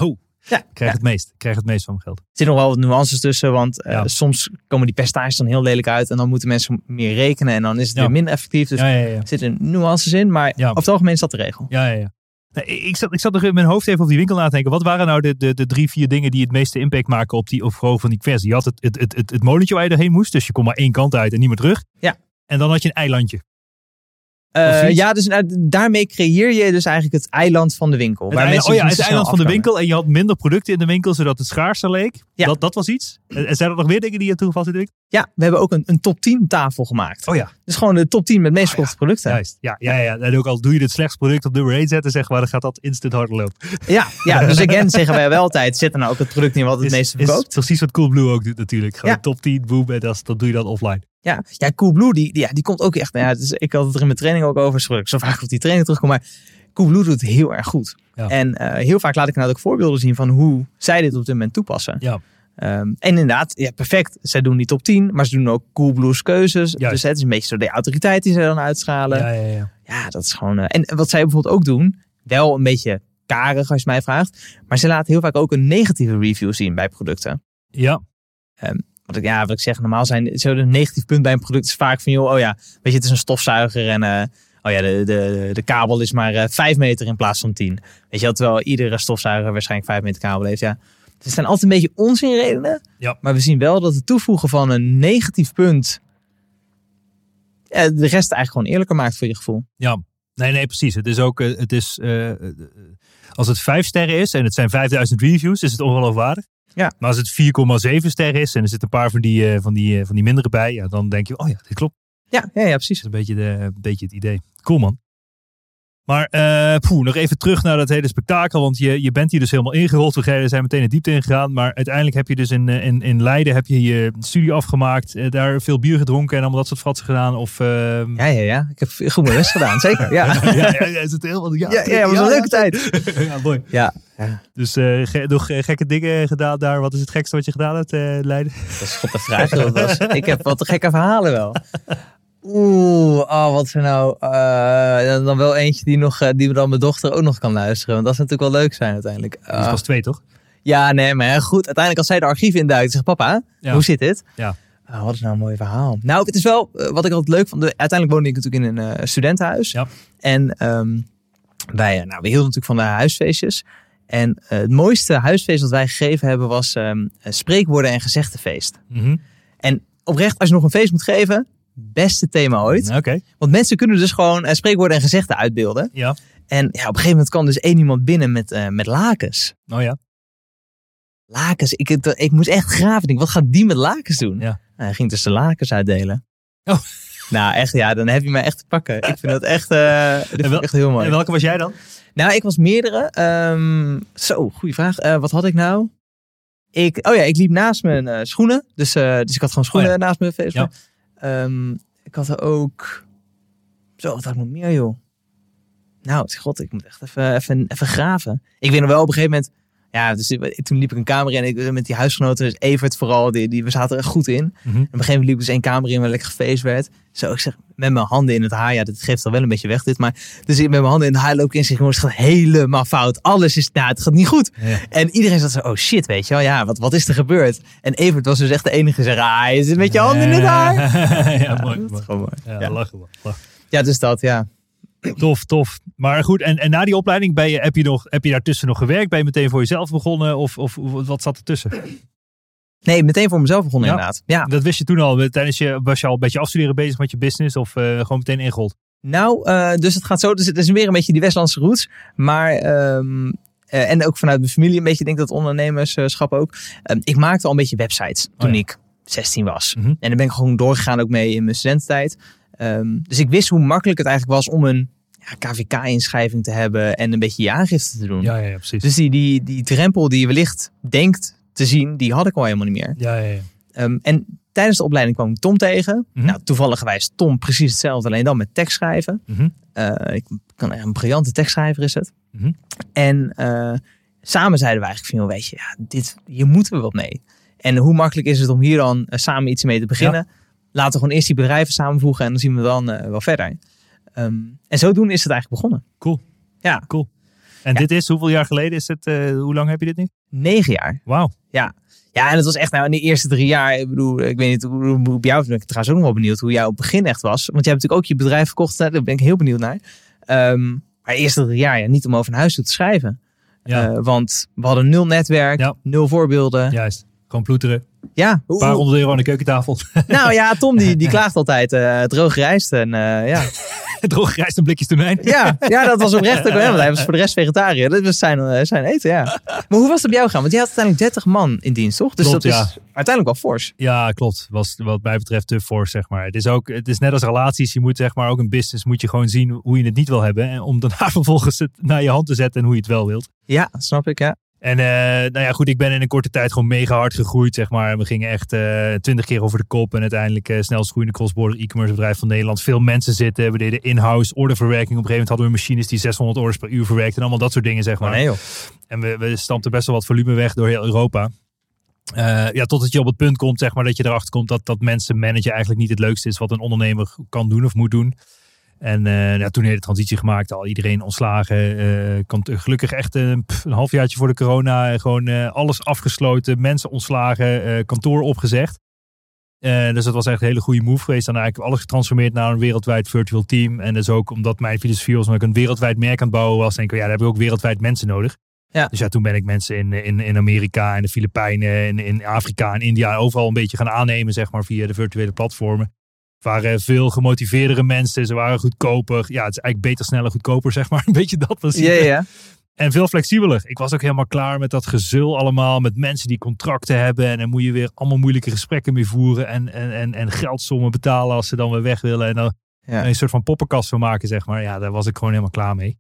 Ja, Ik krijg, ja. het meest. Ik krijg het meest van mijn geld. Er zitten nog wel wat nuances tussen, want uh, Ja. soms komen die percentages dan heel lelijk uit en dan moeten mensen meer rekenen en dan is het Ja. weer minder effectief. Dus Ja, ja, ja. er zitten nuances in, maar Ja. over het algemeen is dat de regel. Ja, ja, ja. Nee, ik, zat, ik zat nog in mijn hoofd even op die winkel na te denken. Wat waren nou de, de, de drie, vier dingen die het meeste impact maken op die op verhogen van die conversie? Je had het, het, het, het, het molentje waar je doorheen moest. Dus je kon maar één kant uit en niet meer terug. Ja. En dan had je een eilandje. Uh, Of iets? ja, dus uh, daarmee creëer je dus eigenlijk het eiland van de winkel. Het, waar eiland, mensen oh ja, niet het zo snel eiland van de afkomen. winkel. En je had minder producten in de winkel, zodat het schaarser leek. Ja. Dat, dat was iets. En, en zijn er nog meer dingen die je toegepast in de winkel? Ja, we hebben ook een, een top tien tafel gemaakt. Oh ja. Dus gewoon de top tien met meest verkochte producten. Juist. Ja, ja, ja. En ook al doe je het slechtste product op nummer één zetten, zeg maar, dan gaat dat instant harder lopen. Ja, ja, dus again zeggen wij wel altijd, zet er nou ook het product in wat het Is, meeste is verkoopt. precies wat Coolblue ook doet natuurlijk. Gewoon Ja. top tien, boom, en dat, dat doe je dan offline. Ja, ja Coolblue, die, die, ja, die komt ook echt. Nou ja, dus ik had het er in mijn training ook over. Sorry, ik zo vaak op die training terugkom. Maar Coolblue doet het heel erg goed. Ja. En uh, heel vaak laat ik nou ook voorbeelden zien van hoe zij dit op dit moment toepassen. Ja. Um, en inderdaad, ja, perfect. Zij doen die top tien, maar ze doen ook Coolblue's keuzes. Juist. Dus het is een beetje zo de autoriteit die ze dan uitstralen. Ja, Ja, ja, ja. dat is gewoon. Uh, en wat zij bijvoorbeeld ook doen, wel een beetje karig als je mij vraagt. Maar ze laten heel vaak ook een negatieve review zien bij producten. Ja. Wat ik, ja, wat ik zeg, normaal zijn zo'n negatief punt bij een product is vaak van, joh, oh ja, weet je, het is een stofzuiger en uh, oh ja, de, de, de kabel is maar uh, vijf meter in plaats van tien. Weet je wel, terwijl iedere stofzuiger waarschijnlijk vijf meter kabel heeft, ja. Het zijn altijd een beetje onzinredenen, Ja. maar we zien wel dat het toevoegen van een negatief punt ja, de rest eigenlijk gewoon eerlijker maakt voor je gevoel. Ja, nee, nee, precies. Het is ook, uh, het is, uh, als het vijf sterren is en het zijn vijfduizend reviews, is het ongeloofwaardig. Ja. Maar als het vier komma zeven sterren is en er zitten een paar van die, uh, van die, uh, van die mindere bij, ja, dan denk je, oh ja, dit klopt. Ja, ja, ja, precies. Dat is een beetje, de, een beetje het idee. Cool, man. Maar uh, poeh, nog even terug naar dat hele spektakel. Want je, je bent hier dus helemaal ingerold. We zijn meteen de diepte ingegaan. Maar uiteindelijk heb je dus in, in, in Leiden heb je je studie afgemaakt. Uh, daar veel bier gedronken en allemaal dat soort fratsen gedaan. Of, uh... Ja, ja, ja. Ik heb goed mijn best gedaan, zeker. Ja, ja, ja, ja, is het helemaal, ja, ja, ja, het was een leuke tijd. ja, mooi. Ja, ja. Dus uh, ge, nog uh, gekke dingen gedaan daar. Wat is het gekste wat je gedaan hebt, uh, Leiden? Dat is god te vragen wat het was. Ik heb wat gekke verhalen wel. Oeh, oh, wat is er nou? Uh, dan wel eentje die, nog, uh, die dan mijn dochter ook nog kan luisteren. Want dat zou natuurlijk wel leuk zijn uiteindelijk. Uh, Dat is pas twee, toch? ja, nee, maar goed. Uiteindelijk als zij de archieven induikt, zegt papa, Ja. hoe zit dit? Ja. Uh, wat is nou een mooi verhaal. Nou, het is wel, uh, wat ik altijd leuk vond. De, uiteindelijk woonde ik natuurlijk in een uh, studentenhuis. Ja. En um, wij, uh, nou, we hielden natuurlijk van de huisfeestjes. En uh, het mooiste huisfeest dat wij gegeven hebben was um, spreekwoorden en gezegdenfeest. Mm-hmm. En oprecht, als je nog een feest moet geven, beste thema ooit. Oké. Okay. Want mensen kunnen dus gewoon uh, spreekwoorden en gezegden uitbeelden. Ja. En ja, op een gegeven moment kwam dus één iemand binnen met, uh, met lakens. Oh ja. Lakens, ik, ik, ik moest echt graven. Ik denk, wat gaat die met lakens doen? Ja. Nou, hij ging dus de lakens uitdelen. Oh. Nou, echt, ja, dan heb je mij echt te pakken. Ik vind dat echt, uh, dit vind ik echt heel mooi. En welke was jij dan? Nou, ik was meerdere. Um, zo, goede vraag. Uh, wat had ik nou? Ik, oh ja, ik liep naast mijn uh, schoenen. Dus, uh, dus ik had gewoon schoenen oh ja. naast mijn Facebook. Ja. Um, ik had er ook... Zo, wat had ik nog meer, joh? Nou, god, ik moet echt even, even, even graven. Ik weet nog wel op een gegeven moment... Ja, dus toen liep ik een kamer in. Ik, met die huisgenoten, dus Evert vooral, die, die, we zaten er echt goed in. Mm-hmm. En op een gegeven moment liep ik dus één kamer in waar lekker gefeest werd. Zo, ik zeg, met mijn handen in het haar. Ja, dat geeft al wel een beetje weg dit. Maar dus met mijn handen in het haar loop ik in. Zeg, jongens, het gaat helemaal fout. Alles is, nou, het gaat niet goed. Ja. En iedereen zat zo, oh shit, weet je wel. Ja, wat, wat is er gebeurd? En Evert was dus echt de enige die zei, ah, je zit met je handen in het haar. ja, Ja, mooi. dat is mooi. gewoon mooi. Ja, Ja. lachen man. Lachen. Ja, dus dat, ja. Tof, tof. Maar goed, en, en na die opleiding ben je, heb, je nog, heb je daartussen nog gewerkt? Ben je meteen voor jezelf begonnen? Of, of wat zat ertussen? Nee, meteen voor mezelf begonnen Ja. inderdaad. Ja. Dat wist je toen al. Tijdens je, was je al een beetje afstuderen bezig met je business? Of uh, gewoon meteen ingerold? Nou, uh, dus het gaat zo. Dus het is weer een beetje die Westlandse roots. Maar, um, uh, en ook vanuit mijn familie een beetje, ik denk dat ondernemerschap ook. Um, ik maakte al een beetje websites toen Oh ja. ik zestien was. Mm-hmm. En daar ben ik gewoon doorgegaan ook mee in mijn studententijd. Um, dus ik wist hoe makkelijk het eigenlijk was om een ja, K V K-inschrijving te hebben en een beetje je aangifte te doen. Ja, ja, ja, precies. Dus die, die, die drempel die je wellicht denkt te zien, die had ik al helemaal niet meer. Ja, ja, ja. Um, en tijdens de opleiding kwam ik Tom tegen. Mm-hmm. Nou, toevalligerwijs Tom precies hetzelfde, alleen dan met tekst schrijven. Mm-hmm. Uh, ik kan echt een briljante tekstschrijver is het. Mm-hmm. En uh, samen zeiden we eigenlijk van, joh, weet je, ja, dit, hier moeten we wat mee. En hoe makkelijk is het om hier dan uh, samen iets mee te beginnen? Ja. Laten we gewoon eerst die bedrijven samenvoegen en dan zien we dan uh, wel verder. Um, en zodoende is het eigenlijk begonnen. Cool. Ja. Cool. En ja. dit is, hoeveel jaar geleden is het? Uh, hoe lang heb je dit nu? Negen jaar. Wauw. Ja. Ja, en het was echt nou in de eerste drie jaar. Ik bedoel, ik weet niet hoe, hoe op jou ben ik trouwens ook nog wel benieuwd hoe jouw begin echt was. Want jij hebt natuurlijk ook je bedrijf verkocht. Daar ben ik heel benieuwd naar. Um, maar de eerste drie jaar, ja, niet om over een huis toe te schrijven. Ja. Uh, want we hadden nul netwerk, Ja. nul voorbeelden. Juist. Gewoon ploeteren. Ja. Een paar honderd euro aan de keukentafel. Nou ja, Tom die, die klaagt altijd uh, droog rijst. En uh, ja. Droog rijst en blikjes tonijn. Ja, ja, dat was oprecht ook wel. Want hij was voor de rest vegetariër. Dat was zijn, uh, zijn eten, ja. Maar hoe was het bij jou gaan? Want je had uiteindelijk dertig man in dienst, toch? Dus Klopt, dat is ja. uiteindelijk wel fors. Ja, klopt. Was wat mij betreft te fors, zeg maar. Het is ook, het is net als relaties. Je moet zeg maar ook een business moet je gewoon zien hoe je het niet wil hebben. En om daarna vervolgens het naar je hand te zetten en hoe je het wel wilt. Ja, snap ik, ja. En uh, nou ja, goed, ik ben in een korte tijd gewoon mega hard gegroeid, zeg maar. We gingen echt twintig uh, keer over de kop. En uiteindelijk uh, snelst groeiende cross-border e-commerce bedrijf van Nederland. Veel mensen zitten. We deden in-house orderverwerking. Op een gegeven moment hadden we machines die zeshonderd orders per uur verwerkten. En allemaal dat soort dingen, zeg maar. Oh, nee, joh. En we, we stampten best wel wat volume weg door heel Europa. Uh, ja, totdat je op het punt komt, zeg maar, dat je erachter komt dat, dat mensen managen eigenlijk niet het leukste is wat een ondernemer kan doen of moet doen. En uh, ja, toen heeft de transitie gemaakt, al iedereen ontslagen. Uh, komt gelukkig echt een, pff, een halfjaartje voor de corona. Uh, gewoon uh, alles afgesloten, mensen ontslagen, uh, kantoor opgezegd. Uh, dus dat was echt een hele goede move geweest. Dan eigenlijk alles getransformeerd naar een wereldwijd virtual team. En dus ook omdat mijn filosofie was, omdat ik een wereldwijd merk aan het bouwen was. Denk ik, ja, daar heb ik ook wereldwijd mensen nodig. Ja. Dus ja, toen ben ik mensen in, in, in Amerika, in de Filipijnen, in, in Afrika en India overal een beetje gaan aannemen, zeg maar, via de virtuele platformen. Het waren veel gemotiveerdere mensen, ze waren goedkoper. Ja, het is eigenlijk beter, sneller, goedkoper, zeg maar. Een beetje dat was. Ja, ja. En veel flexibeler. Ik was ook helemaal klaar met dat gezul allemaal. Met mensen die contracten hebben. En dan moet je weer allemaal moeilijke gesprekken mee voeren. En, en, en, en geldsommen betalen als ze dan weer weg willen. En dan Ja. een soort van poppenkast van maken, zeg maar. Ja, daar was ik gewoon helemaal klaar mee.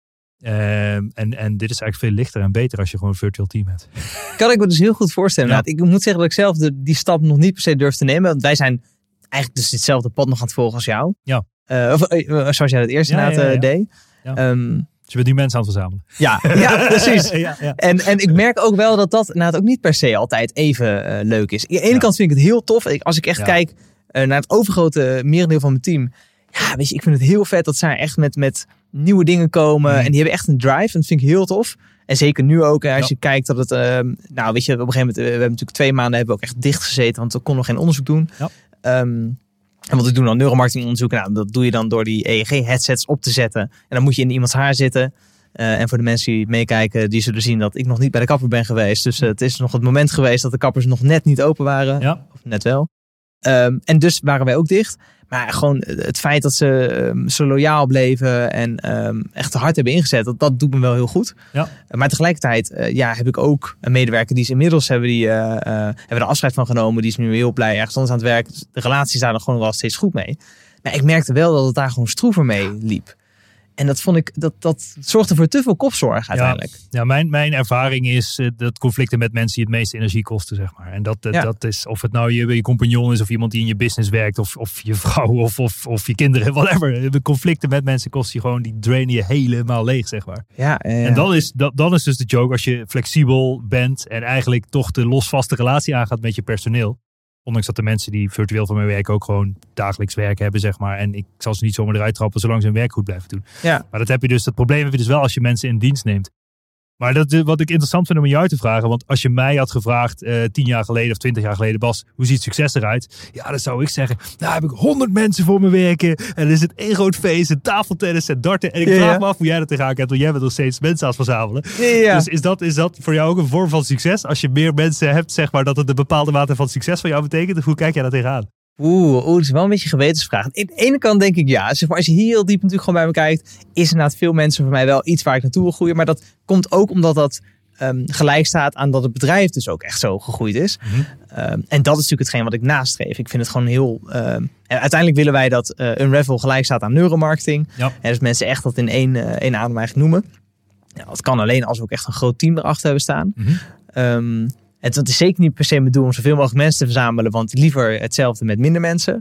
Um, en, en dit is eigenlijk veel lichter en beter als je gewoon een virtual team hebt. Kan ik me dus heel goed voorstellen. Ja. Nou, ik moet zeggen dat ik zelf de, die stap nog niet per se durf te nemen. Want wij zijn eigenlijk dus hetzelfde pad nog aan het volgen als jou. Ja. Uh, of, uh, zoals jij dat eerst Ja, inderdaad ja, ja. uh, deed. Ja. Um, Dus je bent nu mensen aan het verzamelen. ja, ja, precies. ja, ja. En, en ik merk ook wel dat dat inderdaad ook niet per se altijd even uh, leuk is. Aan de ene Ja. kant vind ik het heel tof. Ik, als ik echt Ja. kijk uh, naar het overgrote merendeel van mijn team. Ja, weet je, ik vind het heel vet dat zij echt met, met nieuwe dingen komen. Mm. En die hebben echt een drive. En dat vind ik heel tof. En zeker nu ook, hè, als Ja. je kijkt dat het... Uh, nou, weet je, op een gegeven moment... Uh, we hebben natuurlijk twee maanden hebben we ook echt dicht gezeten. Want we konden nog geen onderzoek doen. Ja. Um, en wat ik doe dan neuromarketingonderzoek. Nou, dat doe je dan door die E E G-headsets op te zetten. En dan moet je in iemands haar zitten. Uh, en voor de mensen die meekijken, die zullen zien dat ik nog niet bij de kapper ben geweest. Dus uh, het is nog het moment geweest dat de kappers nog net niet open waren. Ja. Of net wel. Um, en dus waren wij ook dicht. Maar gewoon het feit dat ze um, zo loyaal bleven en um, echt hard hebben ingezet, dat, dat doet me wel heel goed. Ja. Uh, maar tegelijkertijd uh, ja, heb ik ook een medewerker die is inmiddels hebben die, uh, uh, hebben er afscheid van genomen. Die is nu heel blij ergens anders aan het werk. Dus de relatie is daar nog gewoon wel steeds goed mee. Maar ik merkte wel dat het daar gewoon stroever mee liep. En dat vond ik, dat, dat zorgde voor te veel kopzorg uiteindelijk. Ja, ja mijn, mijn ervaring is uh, dat conflicten met mensen je het meeste energie kosten, zeg maar. En dat, uh, Ja. dat is, of het nou je, je compagnon is of iemand die in je business werkt, of, of je vrouw of, of, of je kinderen, whatever. De conflicten met mensen kosten je gewoon, die drainen je helemaal leeg, zeg maar. Ja, uh, En dan is, dat, dan is dus de joke als je flexibel bent en eigenlijk toch de losvaste relatie aangaat met je personeel. Ondanks dat de mensen die virtueel van mij werken ook gewoon dagelijks werk hebben, zeg maar. En ik zal ze niet zomaar eruit trappen zolang ze hun werk goed blijven doen. Ja. Maar dat heb je dus, dat probleem heb je dus wel als je mensen in dienst neemt. Maar dat, wat ik interessant vind om jou te vragen, want als je mij had gevraagd uh, tien jaar geleden of twintig jaar geleden, Bas, hoe ziet succes eruit? Ja, dan zou ik zeggen, nou heb ik honderd mensen voor me werken en dan is het één groot feest en tafeltennis en darten. En ik Ja, vraag ja. me af hoe jij dat tegenaan hebt, want jij bent nog steeds mensen aan het verzamelen. Ja, ja. Dus is dat, is dat voor jou ook een vorm van succes? Als je meer mensen hebt, zeg maar, dat het een bepaalde mate van succes voor jou betekent? Of hoe kijk jij daar tegenaan? Oeh, oeh, dat is wel een beetje een gewetensvraag. Aan de ene kant denk ik ja. Zeg maar, als je heel diep natuurlijk gewoon bij me kijkt, is inderdaad veel mensen voor mij wel iets waar ik naartoe wil groeien. Maar dat komt ook omdat dat um, gelijk staat aan dat het bedrijf dus ook echt zo gegroeid is. Mm-hmm. Um, en dat is natuurlijk hetgeen wat ik nastreef. Ik vind het gewoon heel... Um, en uiteindelijk willen wij dat uh, Unravel gelijk staat aan neuromarketing. Ja. En dus mensen echt dat in één, uh, één adem eigenlijk noemen. Ja, dat kan alleen als we ook echt een groot team erachter hebben staan. Mm-hmm. Um, en het is zeker niet per se mijn doel om zoveel mogelijk mensen te verzamelen, want liever hetzelfde met minder mensen.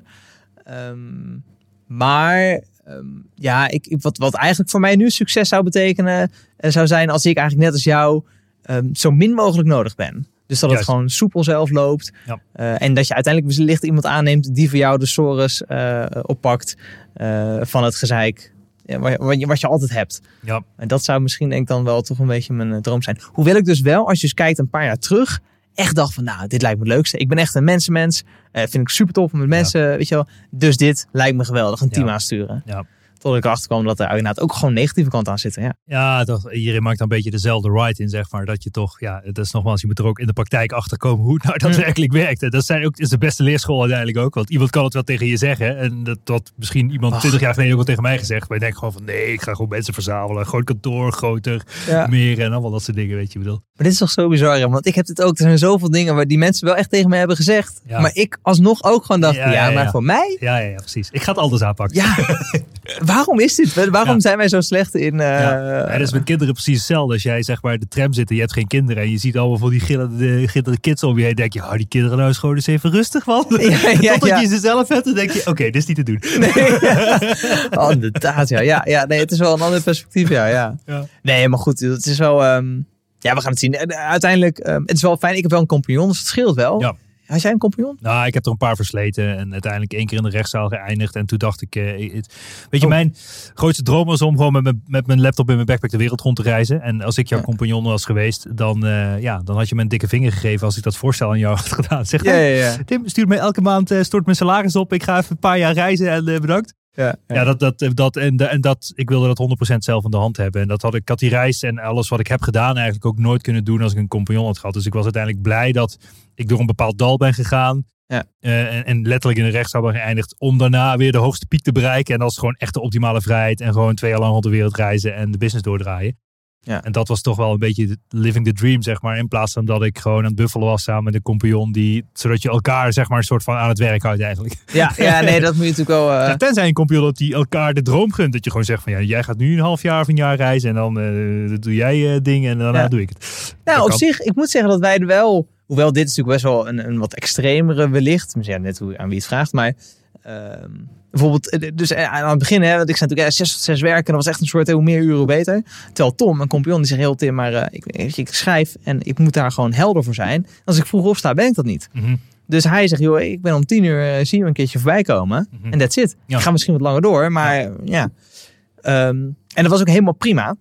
Um, maar um, ja, ik, ik- wat, wat eigenlijk voor mij nu succes zou betekenen, uh, zou zijn als ik eigenlijk net als jou um, zo min mogelijk nodig ben. Dus dat het Juist. gewoon soepel zelf loopt. Ja. Uh, en dat je uiteindelijk wellicht iemand aanneemt die voor jou de sores uh, oppakt uh, van het gezeik ja, wat, wat, je, wat je altijd hebt. Ja. En dat zou misschien denk ik dan wel toch een beetje mijn uh, droom zijn. Hoewel ik dus wel, als je dus kijkt een paar jaar terug, echt dacht van, nou, dit lijkt me het leukste. Ik ben echt een mensenmens. Uh, vind ik super tof om met mensen, ja. weet je wel. Dus dit lijkt me geweldig, een team ja. aansturen. Ja. Totdat ik erachter kwam dat er inderdaad ook gewoon negatieve kanten aan zitten. Ja, ja toch, hierin maakt dan een beetje dezelfde ride in, zeg maar. Dat je toch, ja, het is nogmaals, je moet er ook in de praktijk achter komen hoe het nou daadwerkelijk ja. werkt. En dat zijn ook, is de beste leerschool uiteindelijk ook. Want iemand kan het wel tegen je zeggen. En dat had misschien iemand Ach. twintig jaar geleden ook al tegen mij gezegd. Maar je denkt gewoon van, nee, ik ga gewoon mensen verzamelen. Groot kantoor, groter, ja. meer en allemaal dat soort dingen, weet je bedoel. Maar dit is toch zo bizar, hè? Want ik heb dit ook. Er zijn zoveel dingen waar die mensen wel echt tegen me hebben gezegd. Ja. Maar ik alsnog ook gewoon dacht, ja, ja, ja, ja maar voor mij... Ja, ja, ja, precies. Ik ga het anders aanpakken. Ja, waarom is dit? Waarom ja. zijn wij zo slecht in... Uh... Ja. Ja, dat is met kinderen precies hetzelfde. Als jij zeg maar in de tram zit en je hebt geen kinderen en je ziet allemaal van die gillende, gillende kids om je heen, denk je, oh, die kinderen nou eens gewoon eens even rustig, man. Ja, ja, Totdat ja. je ze zelf hebt, dan denk je, oké, okay, dit is niet te doen. Nee, ja. Inderdaad, ja. Ja, ja. Nee, het is wel een ander perspectief, ja. ja. ja. Nee, maar goed, het is wel... Um... Ja, we gaan het zien. Uiteindelijk, um, het is wel fijn. Ik heb wel een compagnon, dus het scheelt wel. Ja. Had jij een compagnon? Nou, ik heb er een paar versleten en uiteindelijk één keer in de rechtszaal geëindigd. En toen dacht ik, uh, het, weet je, oh. mijn grootste droom was om gewoon met mijn, met mijn laptop in mijn backpack de wereld rond te reizen. En als ik jouw ja. compagnon was geweest, dan, uh, ja, dan had je me een dikke vinger gegeven als ik dat voorstel aan jou had gedaan. Zeg, ja, ja, ja. Tim, stuur me elke maand, uh, stort mijn salaris op. Ik ga even een paar jaar reizen en uh, bedankt. Ja, ja. ja, dat, dat, dat, en, en dat, ik wilde dat honderd procent zelf in de hand hebben. En dat had ik, ik had die reis en alles wat ik heb gedaan eigenlijk ook nooit kunnen doen als ik een compagnon had gehad. Dus ik was uiteindelijk blij dat ik door een bepaald dal ben gegaan. Ja. Uh, en, en letterlijk in de rechtszaal ben geëindigd om daarna weer de hoogste piek te bereiken. En dat is gewoon echt de optimale vrijheid. En gewoon twee jaar lang rond de wereld reizen en de business doordraaien. Ja. En dat was toch wel een beetje living the dream, zeg maar. In plaats van dat ik gewoon aan het buffelen was samen met een compagnon. Die, zodat je elkaar, zeg maar, een soort van aan het werk houdt eigenlijk. Ja, ja nee, dat moet je natuurlijk wel... Uh... Ja, tenzij een compagnon dat die elkaar de droom gunt. Dat je gewoon zegt van, ja, jij gaat nu een half jaar of een jaar reizen. En dan uh, doe jij uh, dingen en daarna ja. doe ik het. Nou, dat op kan. zich, ik moet zeggen dat wij er wel... Hoewel dit is natuurlijk best wel een, een wat extremere wellicht. Ja, net hoe, aan wie het vraagt, maar... Uh, bijvoorbeeld, dus aan het begin, hè, want ik zei natuurlijk ja, zes tot zes werken. Dat was echt een soort hoe meer uren hoe beter. Terwijl Tom, een compagnon, die zegt heel Tim, maar uh, ik, ik schrijf en ik moet daar gewoon helder voor zijn. Als ik vroeg opsta, ben ik dat niet. Mm-hmm. Dus hij zegt, joh, ik ben om tien uur, uh, zie je een keertje voorbij komen. En mm-hmm. that's it. Ja. Ik ga misschien wat langer door, maar ja. ja. Um, en dat was ook helemaal prima.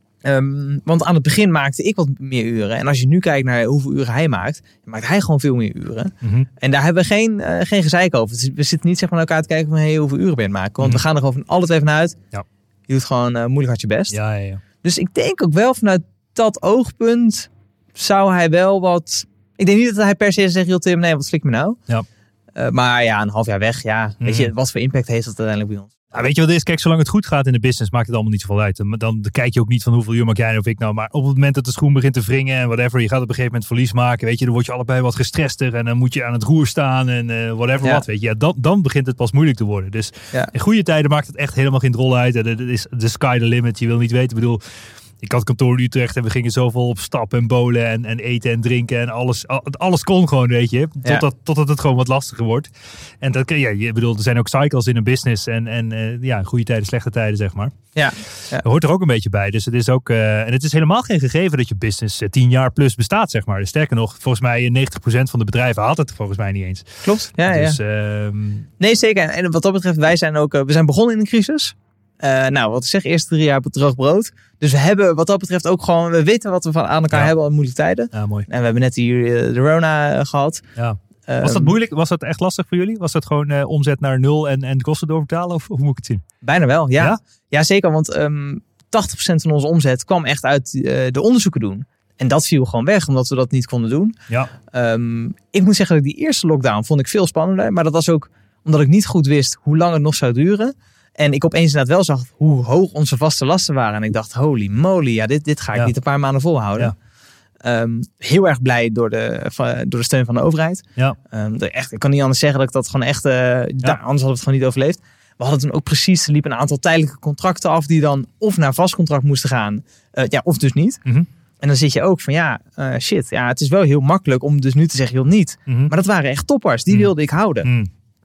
Um, want aan het begin maakte ik wat meer uren. En als je nu kijkt naar hoeveel uren hij maakt, maakt hij gewoon veel meer uren. Mm-hmm. En daar hebben we geen, uh, geen gezeik over. Dus we zitten niet zeg maar, naar elkaar te kijken van hey, hoeveel uren ben je maken. Want mm-hmm. we gaan er gewoon alle twee vanuit. Ja. Je doet gewoon uh, moeilijk hard je best. Ja, ja, ja. Dus ik denk ook wel vanuit dat oogpunt zou hij wel wat... Ik denk niet dat hij per se zegt, joh Tim, nee, wat slik me nou? Ja. Uh, maar ja, een half jaar weg, ja. Mm-hmm. Weet je, wat voor impact heeft dat uiteindelijk bij ons? Nou, weet je wat het is? Kijk, zolang het goed gaat in de business maakt het allemaal niet zoveel uit. Dan, dan kijk je ook niet van hoeveel uur maak jij of ik nou. Maar op het moment dat de schoen begint te wringen en whatever, je gaat op een gegeven moment verlies maken. Weet je, dan word je allebei wat gestrester en dan moet je aan het roer staan en uh, whatever ja. wat. Weet je, ja, dan, dan begint het pas moeilijk te worden. Dus ja. in goede tijden maakt het echt helemaal geen drol uit. Het is de sky the limit. Je wil niet weten. Ik bedoel, ik had kantoor in Utrecht en we gingen zoveel op stap en bowlen en, en eten en drinken en alles. Alles kon gewoon, weet je. Totdat, ja. totdat het gewoon wat lastiger wordt. En dat, ja, je bedoel, er zijn ook cycles in een business en, en uh, ja, goede tijden, slechte tijden, zeg maar. Ja. ja. Dat hoort er ook een beetje bij. Dus het is ook, uh, en het is helemaal geen gegeven dat je business uh, tien jaar plus bestaat, zeg maar. Dus sterker nog, volgens mij negentig procent van de bedrijven haalt het volgens mij niet eens. Klopt. Ja, dus, ja. Uh, nee, zeker. En wat dat betreft, wij zijn ook, uh, we zijn begonnen in een crisis. Uh, nou, wat ik zeg, eerste drie jaar op het droog brood. Dus we hebben wat dat betreft ook gewoon, we weten wat we van aan elkaar ja. hebben in moeilijke tijden. Ja, mooi. En we hebben net hier uh, de Rona uh, gehad. Ja. Was dat moeilijk? Was dat echt lastig voor jullie? Was dat gewoon uh, omzet naar nul en, en de kosten doorbetalen? Of hoe moet ik het zien? Bijna wel, ja. Ja, ja zeker. Want um, tachtig procent van onze omzet kwam echt uit uh, de onderzoeken doen. En dat viel gewoon weg, omdat we dat niet konden doen. Ja. Um, ik moet zeggen dat die eerste lockdown vond ik veel spannender. Maar dat was ook omdat ik niet goed wist hoe lang het nog zou duren. En ik opeens inderdaad wel zag hoe hoog onze vaste lasten waren. En ik dacht, holy moly, ja, dit, dit ga ik ja. niet een paar maanden volhouden. Ja. Um, heel erg blij door de, door de steun van de overheid. Ja. Um, echt, ik kan niet anders zeggen dat ik dat gewoon echt... Uh, ja. daar, anders hadden we het gewoon niet overleefd. We hadden toen ook precies, er liepen een aantal tijdelijke contracten af... die dan of naar vast contract moesten gaan, uh, ja, of dus niet. Mm-hmm. En dan zit je ook van, ja, uh, shit, ja, het is wel heel makkelijk om dus nu te zeggen, joh, niet. Mm-hmm. Maar dat waren echt toppers, die mm. wilde ik houden. Mm.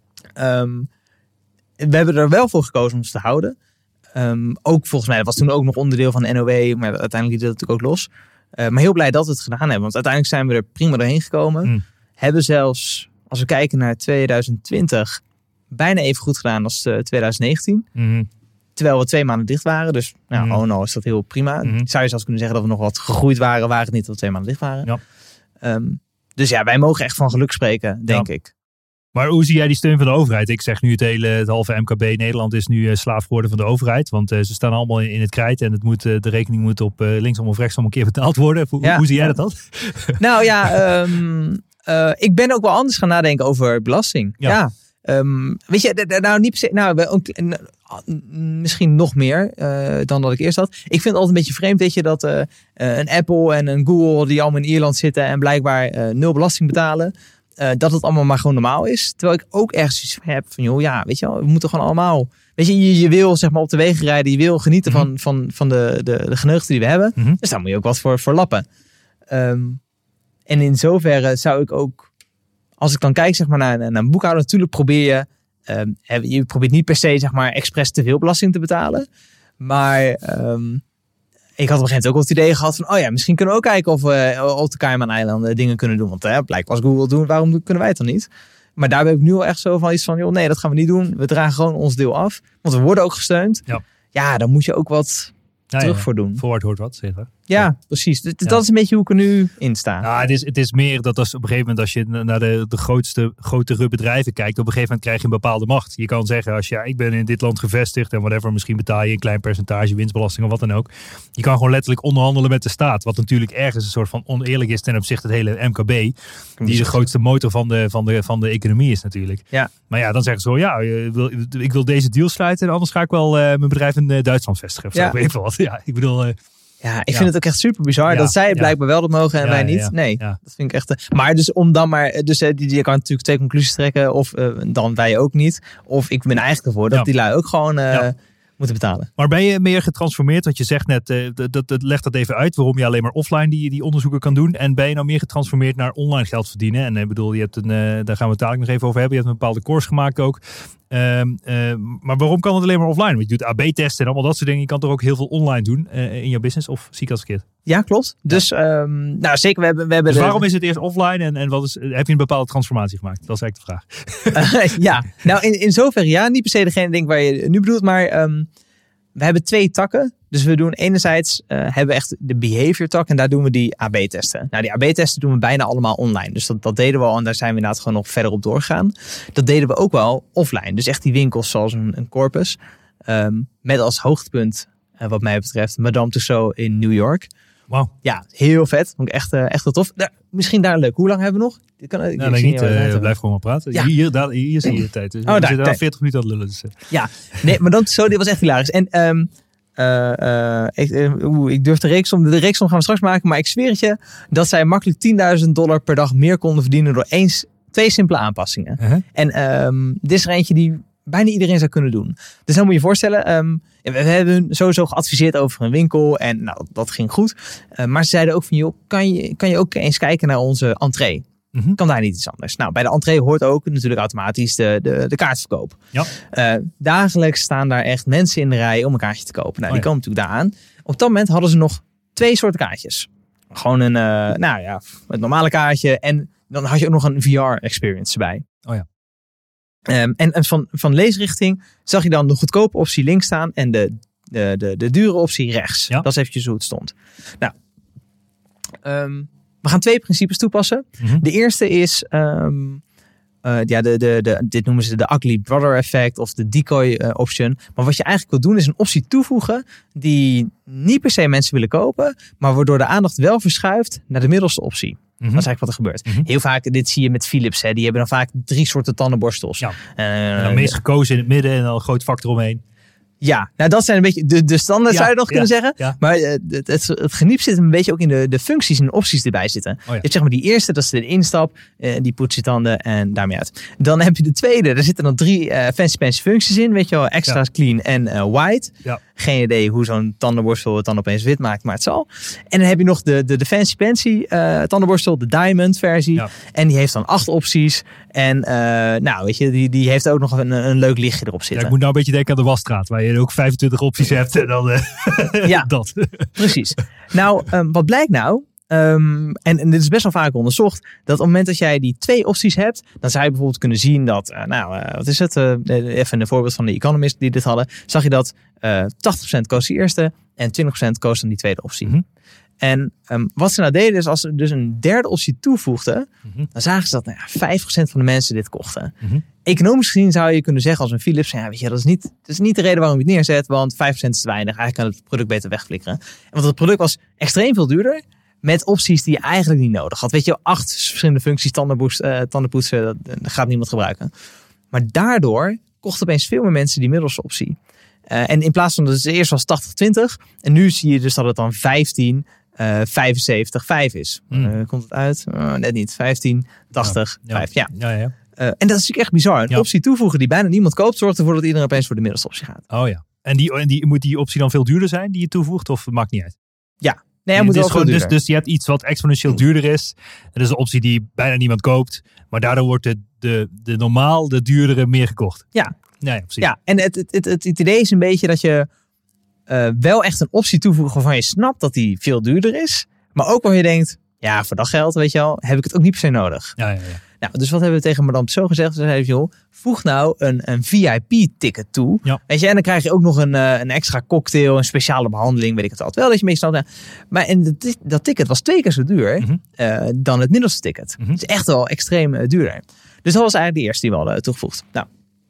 Um, we hebben er wel voor gekozen om ze te houden. Um, ook volgens mij, dat was toen ook nog onderdeel van de N O W, maar uiteindelijk liet dat natuurlijk ook los. Uh, maar heel blij dat we het gedaan hebben, want uiteindelijk zijn we er prima doorheen gekomen. Mm. Hebben zelfs, als we kijken naar twintig twintig, bijna even goed gedaan als uh, twintig negentien. Mm-hmm. terwijl we twee maanden dicht waren. Dus nou, Mm. oh no, is dat heel prima. Mm-hmm. Zou je zelfs kunnen zeggen dat we nog wat gegroeid waren, waren het niet dat we twee maanden dicht waren. Ja. Um, dus ja, wij mogen echt van geluk spreken, denk Ja. ik. Maar hoe zie jij die steun van de overheid? Ik zeg nu het hele, het halve M K B Nederland is nu uh, slaaf geworden van de overheid. Want uh, ze staan allemaal in, in het krijt en het moet, uh, de rekening moet op uh, linksom of rechtsom een keer betaald worden. Hoe, Ja. hoe zie jij dat dan? Nou ja, um, uh, ik ben ook wel anders gaan nadenken over belasting. Ja. Ja. Um, weet je, d- d- nou niet per se, nou, we ook, n- misschien nog meer uh, dan dat ik eerst had. Ik vind het altijd een beetje vreemd, weet je, dat uh, uh, een Apple en een Google die allemaal in Ierland zitten en blijkbaar uh, nul belasting betalen. Uh, dat het allemaal maar gewoon normaal is. Terwijl ik ook ergens iets heb van, joh, ja, weet je wel, we moeten gewoon allemaal... Weet je, je, je wil zeg maar op de wegen rijden, je wil genieten Mm-hmm. van, van, van de, de, de geneugten die we hebben. Mm-hmm. Dus daar moet je ook wat voor, voor lappen. Um, en in zoverre zou ik ook, als ik dan kijk zeg maar, naar, naar een boekhouder, natuurlijk probeer je, um, je probeert niet per se zeg maar, expres te veel belasting te betalen. Maar um, ik had op een gegeven moment ook wel het idee gehad van, oh ja, misschien kunnen we ook kijken of we op de Cayman-eilanden dingen kunnen doen. Want hè, blijkbaar als Google het doen, waarom kunnen wij het dan niet? Maar daar heb ik nu al echt zo van iets van, joh, nee, dat gaan we niet doen. We dragen gewoon ons deel af. Want we worden ook gesteund. Ja, ja dan moet je ook wat ja, terug ja. voor doen. Voorwaarts hoort wat, zeg maar. Ja, Ja. precies. Dus Ja. dat is een beetje hoe ik er nu in sta. Ja, het is, het is meer dat als op een gegeven moment als je naar de, de grootste, grotere bedrijven kijkt, op een gegeven moment krijg je een bepaalde macht. Je kan zeggen, als je, ja, ik ben in dit land gevestigd en whatever, misschien betaal je een klein percentage winstbelasting of wat dan ook. Je kan gewoon letterlijk onderhandelen met de staat. Wat natuurlijk ergens een soort van oneerlijk is ten opzichte het hele M K B. Die de grootste motor van de, van de, van de economie is natuurlijk. Ja. Maar ja, dan zeggen ze zo, ja, ik wil, ik wil deze deal sluiten en anders ga ik wel uh, mijn bedrijf in uh, Duitsland vestigen. Of zo. Ja. Ik weet wel wat. Ja, ik bedoel... Uh, Ja, ik Ja. vind het ook echt super bizar Ja, dat zij ja. blijkbaar wel dat mogen en Ja, wij ja, niet. ja. Nee, Ja. dat vind ik echt... uh, Maar dus om dan maar... Dus uh, die, die kan natuurlijk twee conclusies trekken. Of uh, dan wij ook niet. Of ik ben eigenlijk ervoor dat Ja. die lui ook gewoon uh, Ja. moeten betalen. Maar ben je meer getransformeerd? Want je zegt net, uh, dat, dat, dat legt dat even uit waarom je alleen maar offline die, die onderzoeken kan doen. En ben je nou meer getransformeerd naar online geld verdienen? En ik uh, bedoel, je hebt een, uh, daar gaan we het dadelijk nog even over hebben. Je hebt een bepaalde course gemaakt ook. Uh, uh, maar waarom kan het alleen maar offline? Want je doet A B testen en allemaal dat soort dingen. Je kan toch ook heel veel online doen uh, in jouw business? Of zie ik dat verkeerd? Ja, klopt. Dus um, nou zeker, we hebben... We hebben Dus de, waarom is het eerst offline en, en wat is, heb je een bepaalde transformatie gemaakt? Dat is eigenlijk de vraag. Uh, ja, nou in, in zoverre ja. Niet per se degene denk waar je nu bedoelt. Maar um, we hebben twee takken. Dus we doen enerzijds uh, hebben we echt de behavior tak. En daar doen we die A B testen. Nou die A B testen doen we bijna allemaal online. Dus dat, dat deden we al. En daar zijn we inderdaad gewoon nog verder op doorgegaan. Dat deden we ook wel offline. Dus echt die winkels zoals een, een Corpus. Um, met als hoogtepunt uh, wat mij betreft Madame Tussauds in New York. Wauw. Ja, heel vet. Vond ik echt, uh, echt heel tof. Nou, misschien daar leuk. Hoe lang hebben we nog? Ik kan, ik Nou, denk zie niet. waar we Uh, het hebben. blijf gewoon maar praten. Ja. Hier, daar, hier zie je de tijd. Dus Oh, we daar, zitten daar. al veertig minuten aan het lullen. Dus, uh. Ja, nee, maar dan zo, dit was echt hilarisch. En um, uh, uh, ik, uh, oe, ik durf de reeksom, de reeksom gaan we straks maken, maar ik zweer het je dat zij makkelijk tienduizend dollar per dag meer konden verdienen door eens, twee simpele aanpassingen. Uh-huh. En um, dit is er eentje die bijna iedereen zou kunnen doen. Dus dan moet je je voorstellen, um, we, we hebben hun sowieso geadviseerd over een winkel en nou, dat ging goed. Uh, maar ze zeiden ook van, joh, kan je, kan je ook eens kijken naar onze entree? Mm-hmm. Kan daar niet iets anders? Nou, bij de entree hoort ook natuurlijk automatisch de, de, de kaartverkoop. Ja. Uh, dagelijks staan daar echt mensen in de rij om een kaartje te kopen. Nou, Oh, die ja. komen natuurlijk daar aan. Op dat moment hadden ze nog twee soorten kaartjes. Gewoon een, uh, nou ja, het normale kaartje. En dan had je ook nog een V R-experience erbij. Oh ja. Um, en en van, van leesrichting zag je dan de goedkope optie links staan en de, de, de, de dure optie rechts. Ja. Dat is eventjes hoe het stond. Nou, um, we gaan twee principes toepassen. Mm-hmm. De eerste is, um, uh, ja, de, de, de, dit noemen ze de ugly brother effect of de decoy uh, option. Maar wat je eigenlijk wil doen is een optie toevoegen die niet per se mensen willen kopen, maar waardoor de aandacht wel verschuift naar de middelste optie. Mm-hmm. Dat is eigenlijk wat er gebeurt. Mm-hmm. Heel vaak, dit zie je met Philips. Hè, die hebben dan vaak drie soorten tandenborstels. Ja. Uh, En dan meest gekozen in het midden en dan een groot vak eromheen. Ja, nou dat zijn een beetje de, de standaard Ja, zou je nog ja, kunnen zeggen. ja. Maar uh, het, het, het geniep zit een beetje ook in de, de functies en de opties die erbij zitten. Oh ja. Je hebt zeg maar die eerste, dat is de instap. Uh, die poets je tanden en daarmee uit. Dan heb je de tweede, daar zitten dan drie uh, fancy fancy functies in. Weet je wel, extra Ja. clean en uh, white. Ja. Geen idee hoe zo'n tandenborstel het dan opeens wit maakt, maar het zal. En dan heb je nog de, de, de fancy fancy uh, tandenborstel, de diamond versie. Ja. En die heeft dan acht opties. En uh, nou, weet je, die, die heeft ook nog een, een leuk lichtje erop Ja, zitten. ik moet nou een beetje denken aan de wasstraat, waar je ook vijfentwintig opties hebt en dan uh, Ja. dat. Precies. Nou, um, wat blijkt nou? Um, en, en dit is best wel vaak onderzocht, dat op het moment dat jij die twee opties hebt, dan zou je bijvoorbeeld kunnen zien dat, uh, nou, uh, wat is het? Uh, even een voorbeeld van de Economist die dit hadden, zag je dat uh, tachtig procent koos die eerste en twintig procent koos dan die tweede optie. Mm-hmm. En um, wat ze nou deden is, als ze dus een derde optie toevoegden, Mm-hmm. dan zagen ze dat nou ja, vijf procent van de mensen dit kochten. Mm-hmm. Economisch gezien zou je kunnen zeggen als een Philips, ja, weet je, dat is niet, dat is niet de reden waarom je het neerzet, want vijf procent is te weinig. Eigenlijk kan het product beter wegflikkeren. En want het product was extreem veel duurder, met opties die je eigenlijk niet nodig had. Weet je, acht verschillende functies, tandenpoetsen, uh, tandenpoetsen dat, dat gaat niemand gebruiken. Maar daardoor kochten opeens veel meer mensen die middelste optie. Uh, en in plaats van dat het eerst was tachtig twintig, en nu zie je dus dat het dan vijftien, uh, vijfenzeventig, vijf is. Mm. Uh, komt het uit? Uh, net niet. vijftien, tachtig, Ja. vijf. Ja. Ja, ja. Uh, en dat is natuurlijk echt bizar. Een Ja. optie toevoegen die bijna niemand koopt, zorgt ervoor dat iedereen opeens voor de middelste optie gaat. Oh ja. En, die, en die, moet die optie dan veel duurder zijn die je toevoegt? Of maakt niet uit? Nee, hij moet dus, wel veel gewoon, dus, duurder. dus je hebt iets wat exponentieel duurder is. Dat is een optie die bijna niemand koopt. Maar daardoor wordt de, de, de normaal, de duurdere meer gekocht. Ja. Ja, ja precies. Ja, en het, het, het, het idee is een beetje dat je uh, wel echt een optie toevoegt waarvan je snapt dat die veel duurder is. Maar ook waar je denkt, ja, voor dat geld, weet je wel, heb ik het ook niet per se nodig. Ja, ja, ja. Nou, dus wat hebben we tegen Madame Tussauds gezegd? Ze zeiden, joh, voeg nou een, een V I P-ticket toe. Ja. Weet je, en dan krijg je ook nog een, uh, een extra cocktail, een speciale behandeling, weet ik het altijd wel, dat je mee snapt. Maar en dat, dat ticket was twee keer zo duur Mm-hmm. uh, dan het middelste ticket. Mm-hmm. Het is echt wel extreem uh, duurder. Dus dat was eigenlijk de eerste die we hadden toegevoegd. Nou,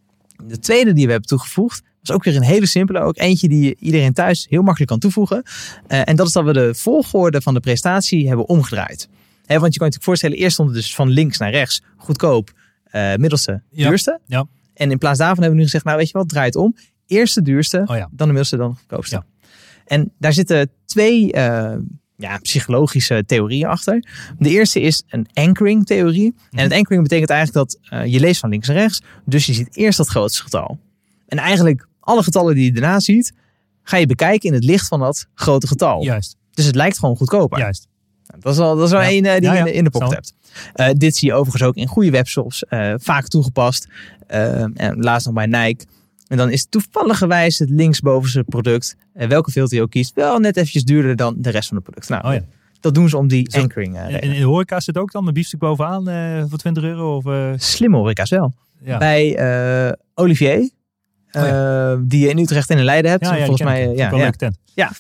de tweede die we hebben toegevoegd was ook weer een hele simpele. Ook eentje die iedereen thuis heel makkelijk kan toevoegen. Uh, en dat is dat we de volgorde van de prestatie hebben omgedraaid. He, want je kan je natuurlijk voorstellen, eerst stond het dus van links naar rechts. Goedkoop, uh, middelste, Ja. duurste. Ja. En in plaats daarvan hebben we nu gezegd, nou weet je wat, draai het om. Eerst de duurste, Oh ja. dan de middelste, dan de goedkoopste. Ja. En daar zitten twee uh, ja, psychologische theorieën achter. De eerste is een anchoring theorie. En het anchoring betekent eigenlijk dat uh, je leest van links naar rechts. Dus je ziet eerst dat grootste getal. En eigenlijk alle getallen die je daarna ziet, ga je bekijken in het licht van dat grote getal. Juist. Dus het lijkt gewoon goedkoper. Juist. Nou, dat is wel, dat is wel Ja. één uh, die Ja, ja. je in de, in de pocket Snap. hebt. Uh, dit zie je overigens ook in goede webshops. Uh, vaak toegepast. Uh, en laatst nog bij Nike. En dan is toevalligerwijs het linksbovenste product, uh, welke filter je ook kiest, wel net eventjes duurder dan de rest van het product. Nou, Oh ja. dat doen ze om die Zo- anchoring uh, En reden. in de horeca zit ook dan een biefstuk bovenaan uh, voor twintig euro? Of, uh, Slimme horeca's wel. ja. Bij uh, Olivier, uh, Oh die je in Utrecht en in Leiden hebt. ja, ja, volgens die ken mij, ik. uh, Vind ik ja, wel ja. een leuke tent.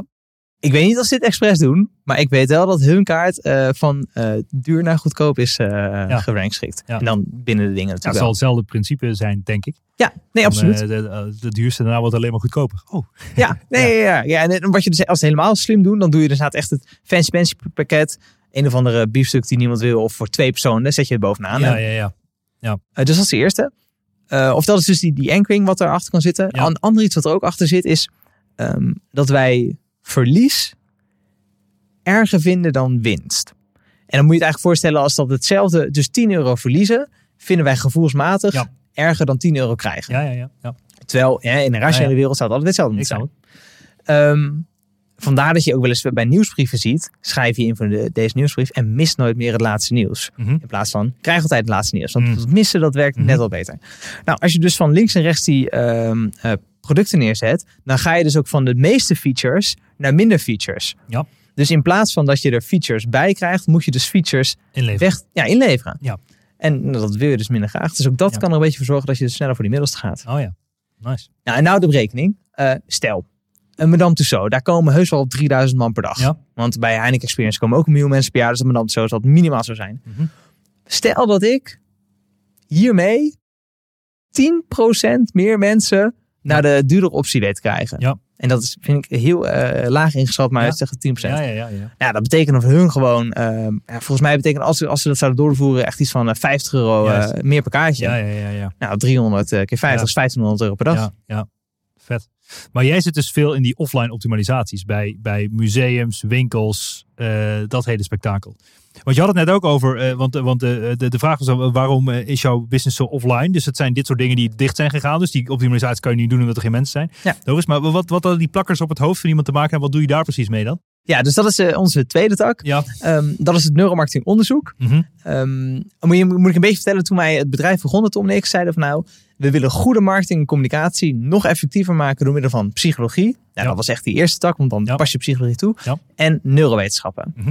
Ik weet niet of ze dit expres doen, maar ik weet wel dat hun kaart uh, van uh, duur naar goedkoop is uh, ja. gerangschikt. Ja. En dan binnen de dingen Ja, het natuurlijk zal wel. hetzelfde principe zijn, denk ik. Ja, nee, Dan, absoluut. uh, de, de, de duurste daarna wordt alleen maar goedkoper. Oh, Ja, nee, ja. Ja, ja. En wat je dus, als ze het helemaal slim doen, dan doe je dus inderdaad echt het fancy fancy pakket. Een of andere biefstuk die niemand wil, of voor twee personen, zet je het bovenaan. ja, En, ja, ja. uh, dus dat is de eerste. Uh, of dat is dus die, die anchoring wat erachter kan zitten. Ja. Een ander iets wat er ook achter zit is um, dat wij verlies erger vinden dan winst. En dan moet je het eigenlijk voorstellen als dat hetzelfde, dus tien euro verliezen, vinden wij gevoelsmatig Ja. erger dan tien euro krijgen. Ja, ja, ja. ja. Terwijl ja, in een rationele Ja, ja. wereld zou het altijd hetzelfde Ik moeten zou zijn. Um, vandaar dat je ook wel eens bij nieuwsbrieven ziet, schrijf je in voor de, deze nieuwsbrief en mis nooit meer het laatste nieuws. Mhm. In plaats van, krijg altijd het laatste nieuws. Want Mm. het missen, dat werkt Mhm. net wel beter. Nou, als je dus van links en rechts die um, uh, producten neerzet, dan ga je dus ook van de meeste features naar minder features. Ja. Dus in plaats van dat je er features bij krijgt, moet je dus features Inleveren. weg, ja, inleveren. Ja. En dat wil je dus minder graag. Dus ook dat Ja. kan er een beetje voor zorgen dat je dus sneller voor die middelste gaat. Oh ja, nice. Nou, en nou de berekening. Uh, stel, een Madame Tussauds, daar komen heus wel drieduizend man per dag. Ja. Want bij Heineken Experience komen ook een miljoen mensen per jaar. Dus een Madame Tussauds zal het minimaal zo zijn. Mhm. Stel dat ik hiermee tien procent meer mensen naar de duurdere optie weet te krijgen. Ja. En dat is, vind ik heel uh, laag ingeschat, maar Ja. het zegt tien procent. Ja, ja, ja, ja. Nou, dat betekent voor hun gewoon, uh, ja, volgens mij betekent als ze, als ze dat zouden doorvoeren, echt iets van uh, vijftig euro uh, Juist. meer per kaartje. Ja, ja, ja, ja. Nou, driehonderd keer vijftig Ja. is vijftienhonderd euro per dag. Ja, ja, vet. Maar jij zit dus veel in die offline optimalisaties bij, bij museums, winkels, uh, dat hele spektakel. Want je had het net ook over, uh, want, want de, de, de vraag was dan, waarom uh, is jouw business zo offline? Dus het zijn dit soort dingen die dicht zijn gegaan. Dus die optimalisatie kan je niet doen omdat er geen mensen zijn. Ja. Logisch, maar wat, wat hadden die plakkers op het hoofd van iemand te maken hebben? Wat doe je daar precies mee dan? Ja, dus dat is uh, onze tweede tak. Ja. Um, dat is het neuromarketing onderzoek. Mm-hmm. Um, moet, je, moet ik een beetje vertellen, toen wij het bedrijf begonnen, Tom en ik, zeiden van nou, we willen goede marketing en communicatie nog effectiever maken door middel van psychologie. Nou, Ja. Dat was echt die eerste tak, want dan Ja. pas je psychologie toe. Ja. En neurowetenschappen. Mm-hmm.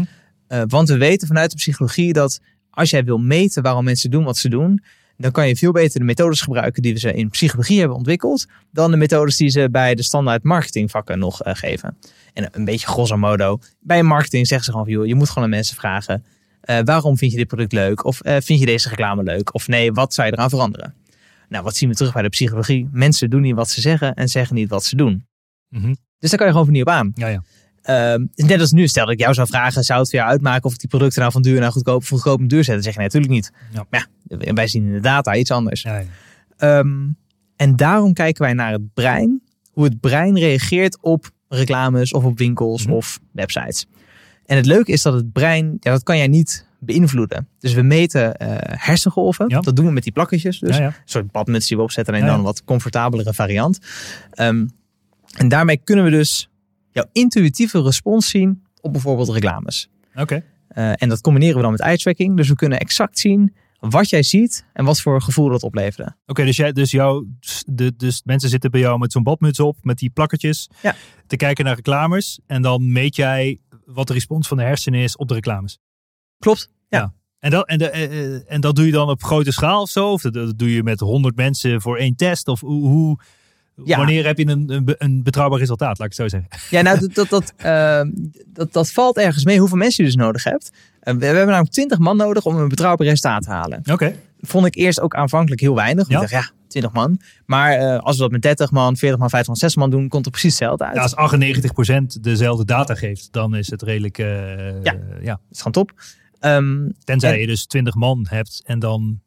Uh, want we weten vanuit de psychologie dat als jij wil meten waarom mensen doen wat ze doen, dan kan je veel beter de methodes gebruiken die we ze in psychologie hebben ontwikkeld, dan de methodes die ze bij de standaard marketingvakken nog uh, geven. En een beetje grosso modo, bij marketing zeggen ze gewoon van, joh, je moet gewoon aan mensen vragen, uh, waarom vind je dit product leuk? Of uh, vind je deze reclame leuk? Of nee, wat zou je eraan veranderen? Nou, wat zien we terug bij de psychologie? Mensen doen niet wat ze zeggen en zeggen niet wat ze doen. Mm-hmm. Dus daar kan je gewoon van niet op aan. Ja, ja. Uh, net als nu, stel dat ik jou zou vragen, zou het voor jou uitmaken of ik die producten nou van duur naar goedkoop of van goedkoop naar duur zet? Dan zeg je nee, natuurlijk niet. Ja. Maar ja, wij zien in de data iets anders. Ja, ja. Um, en daarom kijken wij naar het brein, hoe het brein reageert op reclames of op winkels mm-hmm. of websites. En het leuke is dat het brein, ja, dat kan jij niet beïnvloeden. Dus we meten uh, hersengolven. Ja. Dat doen we met die plakketjes. Dus ja, ja. Een soort badmuts die we opzetten en ja, ja. dan een wat comfortabelere variant. Um, en daarmee kunnen we dus jouw intuïtieve respons zien op bijvoorbeeld reclames. Oké. Okay. Uh, en dat combineren we dan met eye tracking. Dus we kunnen exact zien wat jij ziet en wat voor gevoel dat opleverde. Oké, okay, dus, jij, dus, jou, de, dus mensen zitten bij jou met zo'n badmuts op, met die plakketjes, ja. te kijken naar reclames. En dan meet jij wat de respons van de hersenen is op de reclames. Klopt, ja. ja. En, dat, en, de, en dat doe je dan op grote schaal of zo? Of dat, dat doe je met honderd mensen voor één test? Of hoe... hoe ja. Wanneer heb je een, een, een betrouwbaar resultaat, laat ik het zo zeggen? Ja, nou, dat, dat, dat, uh, dat, dat valt ergens mee hoeveel mensen je dus nodig hebt. Uh, we, we hebben namelijk twintig man nodig om een betrouwbaar resultaat te halen. Oké. Okay. Vond ik eerst ook aanvankelijk heel weinig. Ja. Ik dacht, ja, twintig man. Maar uh, als we dat met dertig man, veertig man, vijftig man, zestig man doen, komt er precies hetzelfde uit. Ja, als achtennegentig procent dezelfde data geeft, dan is het redelijk... Uh, ja, uh, ja, dat is gewoon top. Um, Tenzij en, je dus twintig man hebt en dan...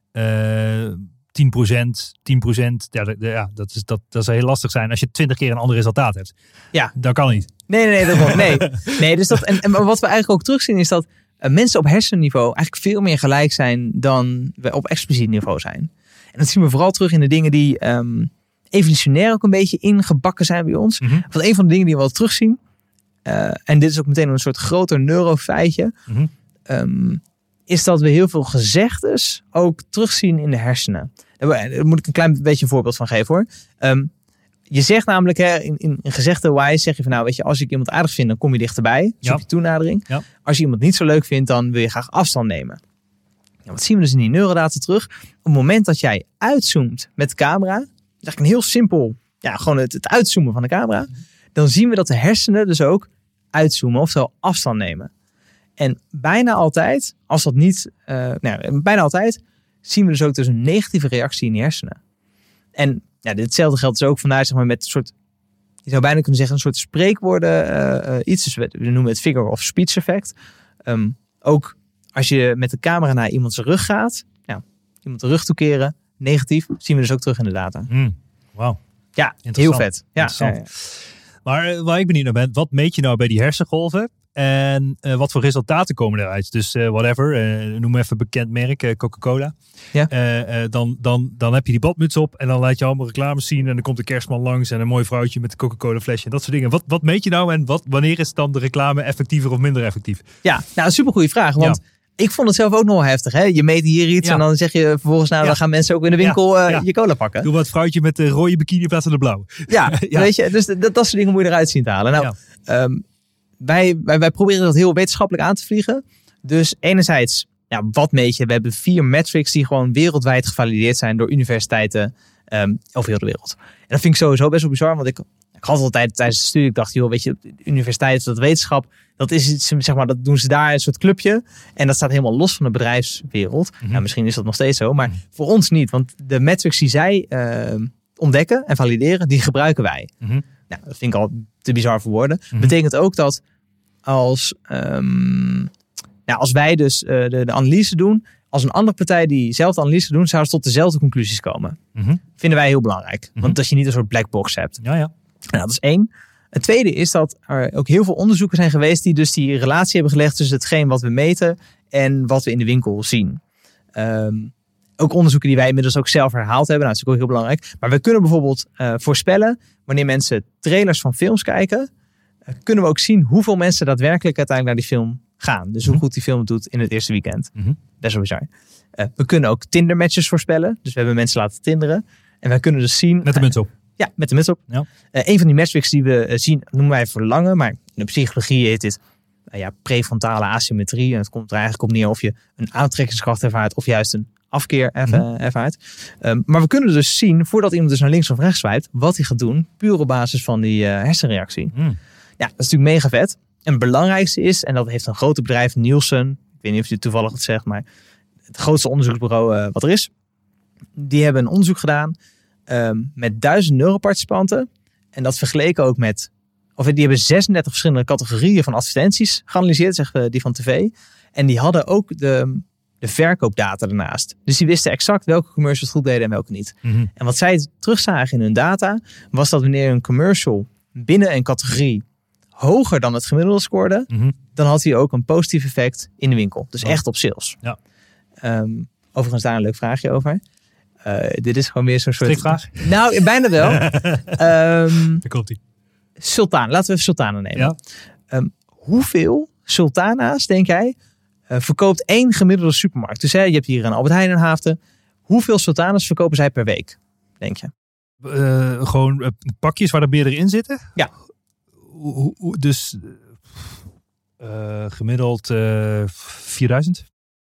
Uh, tien procent, tien procent, ja, de, de, ja dat, is, dat, dat zou heel lastig zijn als je twintig keer een ander resultaat hebt. Ja. Dat kan niet. Nee, nee, nee. Dat nee. nee dus dat, en, en wat we eigenlijk ook terugzien is dat uh, mensen op hersenniveau eigenlijk veel meer gelijk zijn dan we op expliciet niveau zijn. En dat zien we vooral terug in de dingen die um, evolutionair ook een beetje ingebakken zijn bij ons. Mm-hmm. Want een van de dingen die we wel terugzien, uh, en dit is ook meteen een soort groter neurofeitje, mm-hmm. um, is dat we heel veel gezegdes ook terugzien in de hersenen. Daar moet ik een klein beetje een voorbeeld van geven hoor. Um, je zegt namelijk hè, in, in, in gezegde wise zeg je van nou weet je, als ik iemand aardig vind dan kom je dichterbij. Dus ja. op je toenadering. Ja. Als je iemand niet zo leuk vindt dan wil je graag afstand nemen. Ja, wat zien we dus in die neurodata terug? Op het moment dat jij uitzoomt met de camera, dat is eigenlijk een heel simpel, ja gewoon het, het uitzoomen van de camera. Dan zien we dat de hersenen dus ook uitzoomen, oftewel afstand nemen. En bijna altijd, als dat niet, uh, nou, bijna altijd zien we dus ook dus een negatieve reactie in die hersenen. En ja, ditzelfde geldt dus ook vandaar zeg maar met een soort, je zou bijna kunnen zeggen een soort spreekwoorden, uh, uh, iets, dus we, we noemen het figure of speech effect. Um, ook als je met de camera naar iemand zijn rug gaat, nou, iemand de rug toekeren, negatief, zien we dus ook terug in de data. Mm, Wauw. Ja, heel vet. Ja, ja, ja. Maar uh, waar ik benieuwd naar ben, wat meet je nou bij die hersengolven? En uh, wat voor resultaten komen eruit? Dus uh, whatever, uh, noem even een bekend merk, uh, Coca-Cola. Ja. Uh, uh, dan, dan, dan heb je die badmuts op en dan laat je allemaal reclames zien. En dan komt de kerstman langs en een mooi vrouwtje met een Coca-Cola flesje en dat soort dingen. Wat, wat meet je nou en wat, wanneer is dan de reclame effectiever of minder effectief? Ja, nou een supergoeie vraag. Want ja. ik vond het zelf ook nog wel heftig. Hè? Je meet hier iets ja. en dan zeg je vervolgens nou, ja. dan gaan mensen ook in de winkel ja. Uh, ja. je cola pakken. Doe wat vrouwtje met de rode bikini in plaats van de blauw. Ja, ja. weet je, dus dat, dat soort dingen moet je eruit zien te halen. Nou, ja. um, Wij, wij, wij proberen dat heel wetenschappelijk aan te vliegen. Dus enerzijds, ja, wat meet je? We hebben vier metrics die gewoon wereldwijd gevalideerd zijn door universiteiten um, over heel de wereld. En dat vind ik sowieso best wel bizar, want ik, ik had altijd tijdens de studie, ik dacht, joh, weet je, universiteit, dat wetenschap, dat is iets, zeg maar, dat doen ze daar een soort clubje. En dat staat helemaal los van de bedrijfswereld. Mm-hmm. Nou, misschien is dat nog steeds zo, maar mm-hmm. voor ons niet. Want de metrics die zij uh, ontdekken en valideren, die gebruiken wij. Mm-hmm. Nou, dat vind ik al te bizar voor woorden. Mm-hmm. Betekent ook dat als, um, nou, als wij dus uh, de, de analyse doen, als een andere partij diezelfde analyse doen, zou ze tot dezelfde conclusies komen. Mm-hmm. Vinden wij heel belangrijk. Mm-hmm. Want dat je niet een soort black box hebt. Ja, ja. Nou, dat is één. Het tweede is dat er ook heel veel onderzoeken zijn geweest die dus die relatie hebben gelegd tussen hetgeen wat we meten en wat we in de winkel zien. Um, ook onderzoeken die wij inmiddels ook zelf herhaald hebben. Nou, dat is ook heel belangrijk. Maar we kunnen bijvoorbeeld uh, voorspellen wanneer mensen trailers van films kijken, uh, kunnen we ook zien hoeveel mensen daadwerkelijk uiteindelijk naar die film gaan. Dus hoe goed die film het doet in het eerste weekend. Mm-hmm. Best wel bizar. Uh, we kunnen ook Tinder matches voorspellen. Dus we hebben mensen laten tinderen. En wij kunnen dus zien... Met de muts op. Uh, ja, met de muts op. Ja. Uh, een van die metrics die we uh, zien, noemen wij verlangen. Maar in de psychologie heet dit uh, ja, prefrontale asymmetrie. En het komt er eigenlijk op neer of je een aantrekkingskracht ervaart of juist een afkeer erva- Mm-hmm. ervaart. Um, maar we kunnen dus zien, voordat iemand dus naar links of rechts swipt, wat hij gaat doen, puur op basis van die uh, hersenreactie. Mm. Ja, dat is natuurlijk mega vet. En het belangrijkste is, en dat heeft een grote bedrijf, Nielsen, ik weet niet of je het toevallig het zegt, maar het grootste onderzoeksbureau uh, wat er is, die hebben een onderzoek gedaan um, met duizend neuroparticipanten. En dat vergeleken ook met, of die hebben zesendertig verschillende categorieën van advertenties geanalyseerd, zeggen we die van tv. En die hadden ook de, de verkoopdata ernaast. Dus die wisten exact welke commercials goed deden en welke niet. Mm-hmm. En wat zij terugzagen in hun data, was dat wanneer een commercial binnen een categorie hoger dan het gemiddelde scoorde, Mm-hmm. dan had hij ook een positief effect in de winkel. Dus Oh. echt op sales. Ja. Um, overigens daar een leuk vraagje over. Uh, dit is gewoon weer zo'n soort... Strikvraag? Nou, bijna wel. um, Daar komt ie. Sultan, laten we even sultanen nemen. Ja. Um, hoeveel sultana's, denk jij, uh, verkoopt één gemiddelde supermarkt? Dus hè, je hebt hier een Albert Heijn en Haafden. Hoeveel sultana's verkopen zij per week, denk je? Uh, gewoon uh, pakjes waar er meerdere in zitten? Ja. Hoe, hoe, dus uh, gemiddeld uh, vierduizend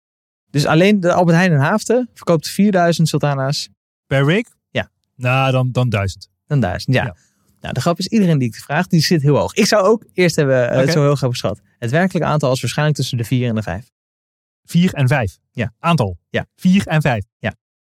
Dus alleen de Albert Heijn en Haafden verkoopt vierduizend sultana's per week? Ja. Nou, dan, dan duizend. dan duizend. Ja. Ja. Nou, de grap is, iedereen die ik vraag, die zit heel hoog. Ik zou ook eerst hebben uh, Oké. het zo heel graag geschat. Het werkelijke aantal is waarschijnlijk tussen de vier en de vijf. Vier en vijf? Ja. Aantal? Ja. Vier en vijf? Ja.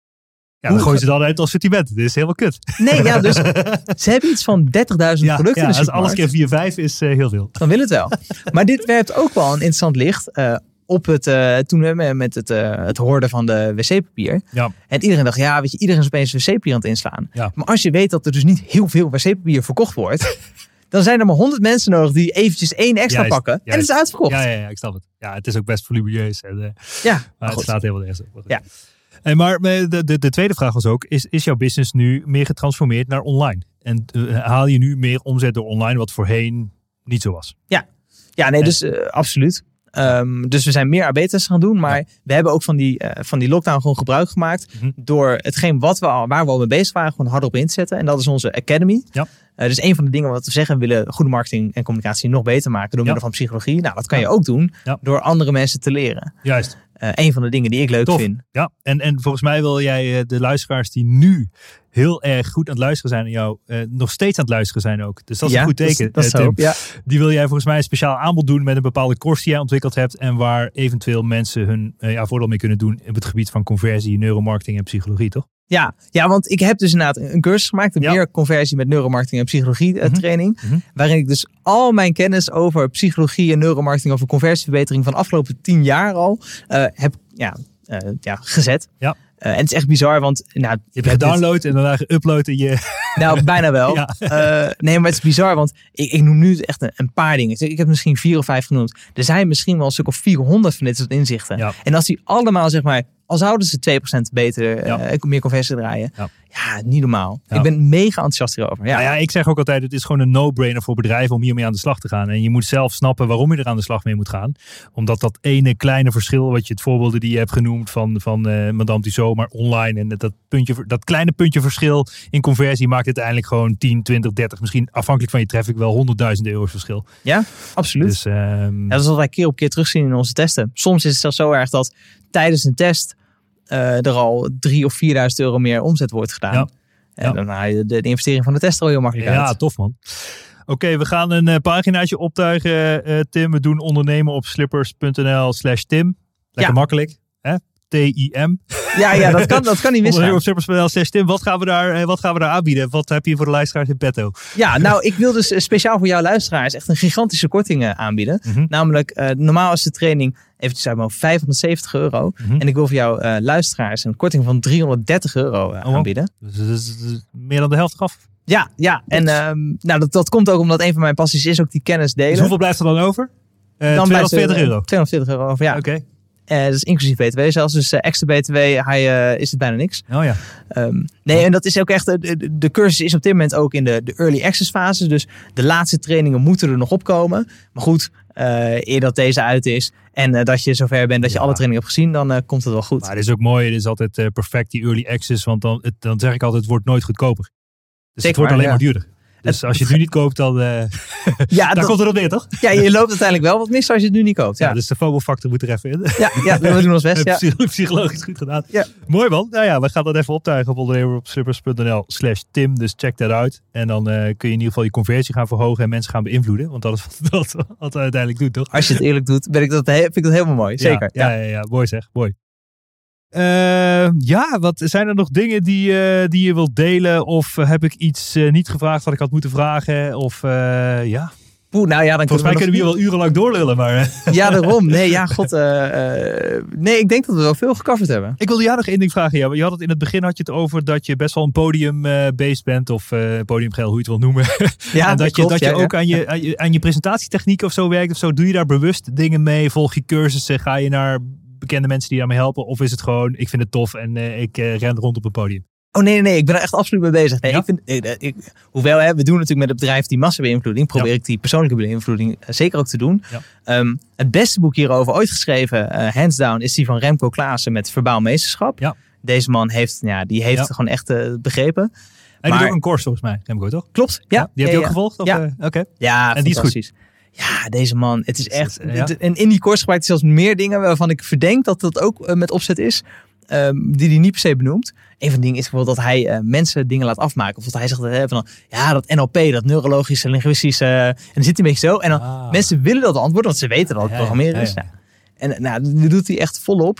Ja, dan Hoe- gooien ze dan uit het assortiment. Dit is helemaal kut. Nee, ja, dus ze hebben iets van dertigduizend Ja, producten ja, in de als alles supermarkt. keer vier, vijf is uh, heel veel. Dan wil het wel. Maar dit werpt ook wel een interessant licht uh, op het, uh, toen we met het, uh, het hoorden van de wc-papier. Ja. En iedereen dacht, ja, weet je, iedereen is opeens wc-papier aan het inslaan. Ja. Maar als je weet dat er dus niet heel veel wc-papier verkocht wordt, dan zijn er maar honderd mensen nodig die eventjes één extra Juist, pakken. En juist. het is uitverkocht. Ja, ja, ja, ik snap het. Ja, het is ook best volumieus. En, uh, Ja, maar maar het goed. slaat helemaal nergens op. Maar goed. Ja. En maar de, de, de tweede vraag was ook, is, is jouw business nu meer getransformeerd naar online? En uh, haal je nu meer omzet door online, wat voorheen niet zo was? Ja, nee, dus uh, absoluut. Um, dus we zijn meer A B-testen gaan doen. Maar Ja. we hebben ook van die, uh, van die lockdown gewoon gebruik gemaakt. Mhm. Door hetgeen wat we al, waar we al mee bezig waren, gewoon harder op in te zetten. En dat is onze Academy. Ja. Uh, dus een van de dingen wat we zeggen, we willen goede marketing en communicatie nog beter maken. Door Ja. middel van psychologie. Nou, dat kan Ja. je ook doen Ja. door andere mensen te leren. Juist. Uh, een van de dingen die ik leuk Tof. vind. Ja, en, en volgens mij wil jij uh, de luisteraars die nu heel erg goed aan het luisteren zijn naar jou, uh, nog steeds aan het luisteren zijn ook. Dus dat is ja, een goed teken. Dat is, dat uh, is Tim. hoop, ja. Die wil jij volgens mij een speciaal aanbod doen met een bepaalde course die jij ontwikkeld hebt en waar eventueel mensen hun uh, ja, voordeel mee kunnen doen op het gebied van conversie, neuromarketing en psychologie, toch? Ja, ja, want ik heb dus inderdaad een cursus gemaakt. Een Ja. meer conversie met neuromarketing en psychologie uh, Mhm. training. Mhm. Waarin ik dus al mijn kennis over psychologie en neuromarketing, over conversieverbetering van de afgelopen tien jaar al uh, heb ja, uh, ja, gezet. Ja. Uh, en het is echt bizar, want nou, Je hebt gedownload en daarna geüpload in je... nou, bijna wel. Ja. Uh, nee, maar het is bizar, want ik, ik noem nu echt een, een paar dingen. Ik heb misschien vier of vijf genoemd. Er zijn misschien wel een stuk of vierhonderd van dit soort inzichten. Ja. En als die allemaal, zeg maar, al zouden ze twee procent beter, Ja. uh, meer conversie draaien. Ja. Ja, niet normaal. Ja. Ik ben mega enthousiast hierover. Ja. Nou ja, ik zeg ook altijd, het is gewoon een no-brainer voor bedrijven om hiermee aan de slag te gaan. En je moet zelf snappen waarom je er aan de slag mee moet gaan. Omdat dat ene kleine verschil, wat je het voorbeelden die je hebt genoemd van, van uh, Madame Tussauds, maar online. En dat, puntje, dat kleine puntje verschil in conversie maakt uiteindelijk gewoon tien, twintig, dertig, misschien afhankelijk van je traffic wel honderdduizend euro's verschil. Ja, absoluut. Dus, um, Ja, dat is wat wij keer op keer terugzien in onze testen. Soms is het zelfs zo erg dat tijdens een test uh, er al drie of vierduizend euro meer omzet wordt gedaan. Ja. En Ja. dan haal je de, de investering van de test er al heel makkelijk ja, uit. tof man. Oké, okay, we gaan een uh, paginaatje optuigen, uh, Tim. We doen ondernemen op slippers.nl slash Tim. Lekker Ja. makkelijk. Hè? T I M. Ja, ja dat, kan, dat kan niet Ondernemen misgaan. op slippers.nl slash Tim. Wat gaan, we daar, uh, wat gaan we daar aanbieden? Wat heb je voor de luisteraars in petto? Ja, nou, ik wil dus uh, speciaal voor jouw luisteraars echt een gigantische korting uh, aanbieden. Mm-hmm. Namelijk, uh, normaal is de training eventjes uit mijn hoofd vijfhonderdzeventig euro. Mm-hmm. En ik wil voor jouw uh, luisteraars een korting van driehonderddertig euro uh, Oh, aanbieden. Dus, dus, dus meer dan de helft af. Ja, ja. En um, nou, dat, dat komt ook omdat een van mijn passies is ook die kennis delen. Dus hoeveel blijft er dan over? Uh, Dan blijft er, tweehonderdveertig euro. tweehonderdveertig euro over, ja. Oké. Okay. Uh, dat is inclusief B T W zelfs. Dus uh, extra B T W hij, uh, is het bijna niks. Oh ja. Um, nee, en dat is ook echt... De, de cursus is op dit moment ook in de, de early access fase. Dus de laatste trainingen moeten er nog opkomen. Maar goed, uh, eer dat deze uit is en uh, dat je zover bent dat je Ja. alle trainingen hebt gezien, dan uh, komt het wel goed. Maar het is ook mooi. Het is altijd uh, perfect die early access. Want dan, het, dan zeg ik altijd, het wordt nooit goedkoper. Dus Zeker het wordt waar, alleen ja. maar duurder. Dus als je het nu niet koopt, dan uh, ja, daar dat, komt het op neer, toch? Ja, je loopt uiteindelijk wel wat mis als je het nu niet koopt. Ja, Ja, dus de FOMO-factor moet er even in. ja, ja we doen ons best. Ja. Psych- Psychologisch goed gedaan. Ja. Mooi man. Nou ja, we gaan dat even optuigen op ondernemeropslippers.nl slash Tim. Dus check dat uit. En dan uh, kun je in ieder geval je conversie gaan verhogen en mensen gaan beïnvloeden. Want dat is wat, wat, wat we uiteindelijk doen, toch? Als je het eerlijk doet, ben ik dat, vind ik dat helemaal mooi. Zeker. Ja, ja, ja, ja. Mooi zeg. Mooi. Uh, ja, wat zijn er nog dingen die, uh, die je wilt delen? Of uh, heb ik iets uh, niet gevraagd wat ik had moeten vragen? Of uh, ja... Poeh, nou ja, dan Volgens mij kunnen we hier wel urenlang doorlullen, maar... Ja, daarom. Nee, ja, god. Uh, uh, nee, ik denk dat we wel veel gecoverd hebben. Ik wilde jou nog één ding vragen. Ja. Je had het in het begin had je het over dat je best wel een podium-based bent. Of uh, podiumgeel, hoe je het wil noemen. Ja, en dat klopt, je, dat ja, je ook ja. aan, je, aan je aan je presentatietechniek of zo werkt of zo. Doe je daar bewust dingen mee? Volg je cursussen? Ga je naar bekende mensen die daarmee helpen? Of is het gewoon, ik vind het tof en uh, ik uh, ren rond op het podium? Oh nee, nee, nee, ik ben er echt absoluut mee bezig. Nee, Ja? ik vind, ik, ik, hoewel, hè, we doen natuurlijk met het bedrijf die massabeïnvloeding, probeer Ja. ik die persoonlijke beïnvloeding uh, zeker ook te doen. Ja. Um, het beste boek hierover ooit geschreven, uh, hands down, is die van Remco Klaassen met Verbaal Meesterschap. Ja. Deze man heeft, ja, die heeft Ja. het gewoon echt uh, begrepen. Hij Maar- doet ook een course volgens mij, Remco, toch? Klopt, ja. Die heb ja, je ook ja. gevolgd? Of, Ja. uh, Oké. Ja, En die is fantastisch. Ja, deze man, het is echt... Ja. En in die course gebruikt hij zelfs meer dingen waarvan ik verdenk dat dat ook uh, met opzet is. Um, die hij niet per se benoemt. Een van de dingen is bijvoorbeeld dat hij uh, mensen dingen laat afmaken. Of dat hij zegt, uh, van, ja, dat N L P, dat neurologische, linguïstische... Uh, en dan zit hij een beetje zo. En dan Ah. mensen willen dat antwoorden, want ze weten dat het Ja, programmeren ja, is. ja. Nou, en nou, dat doet hij echt volop.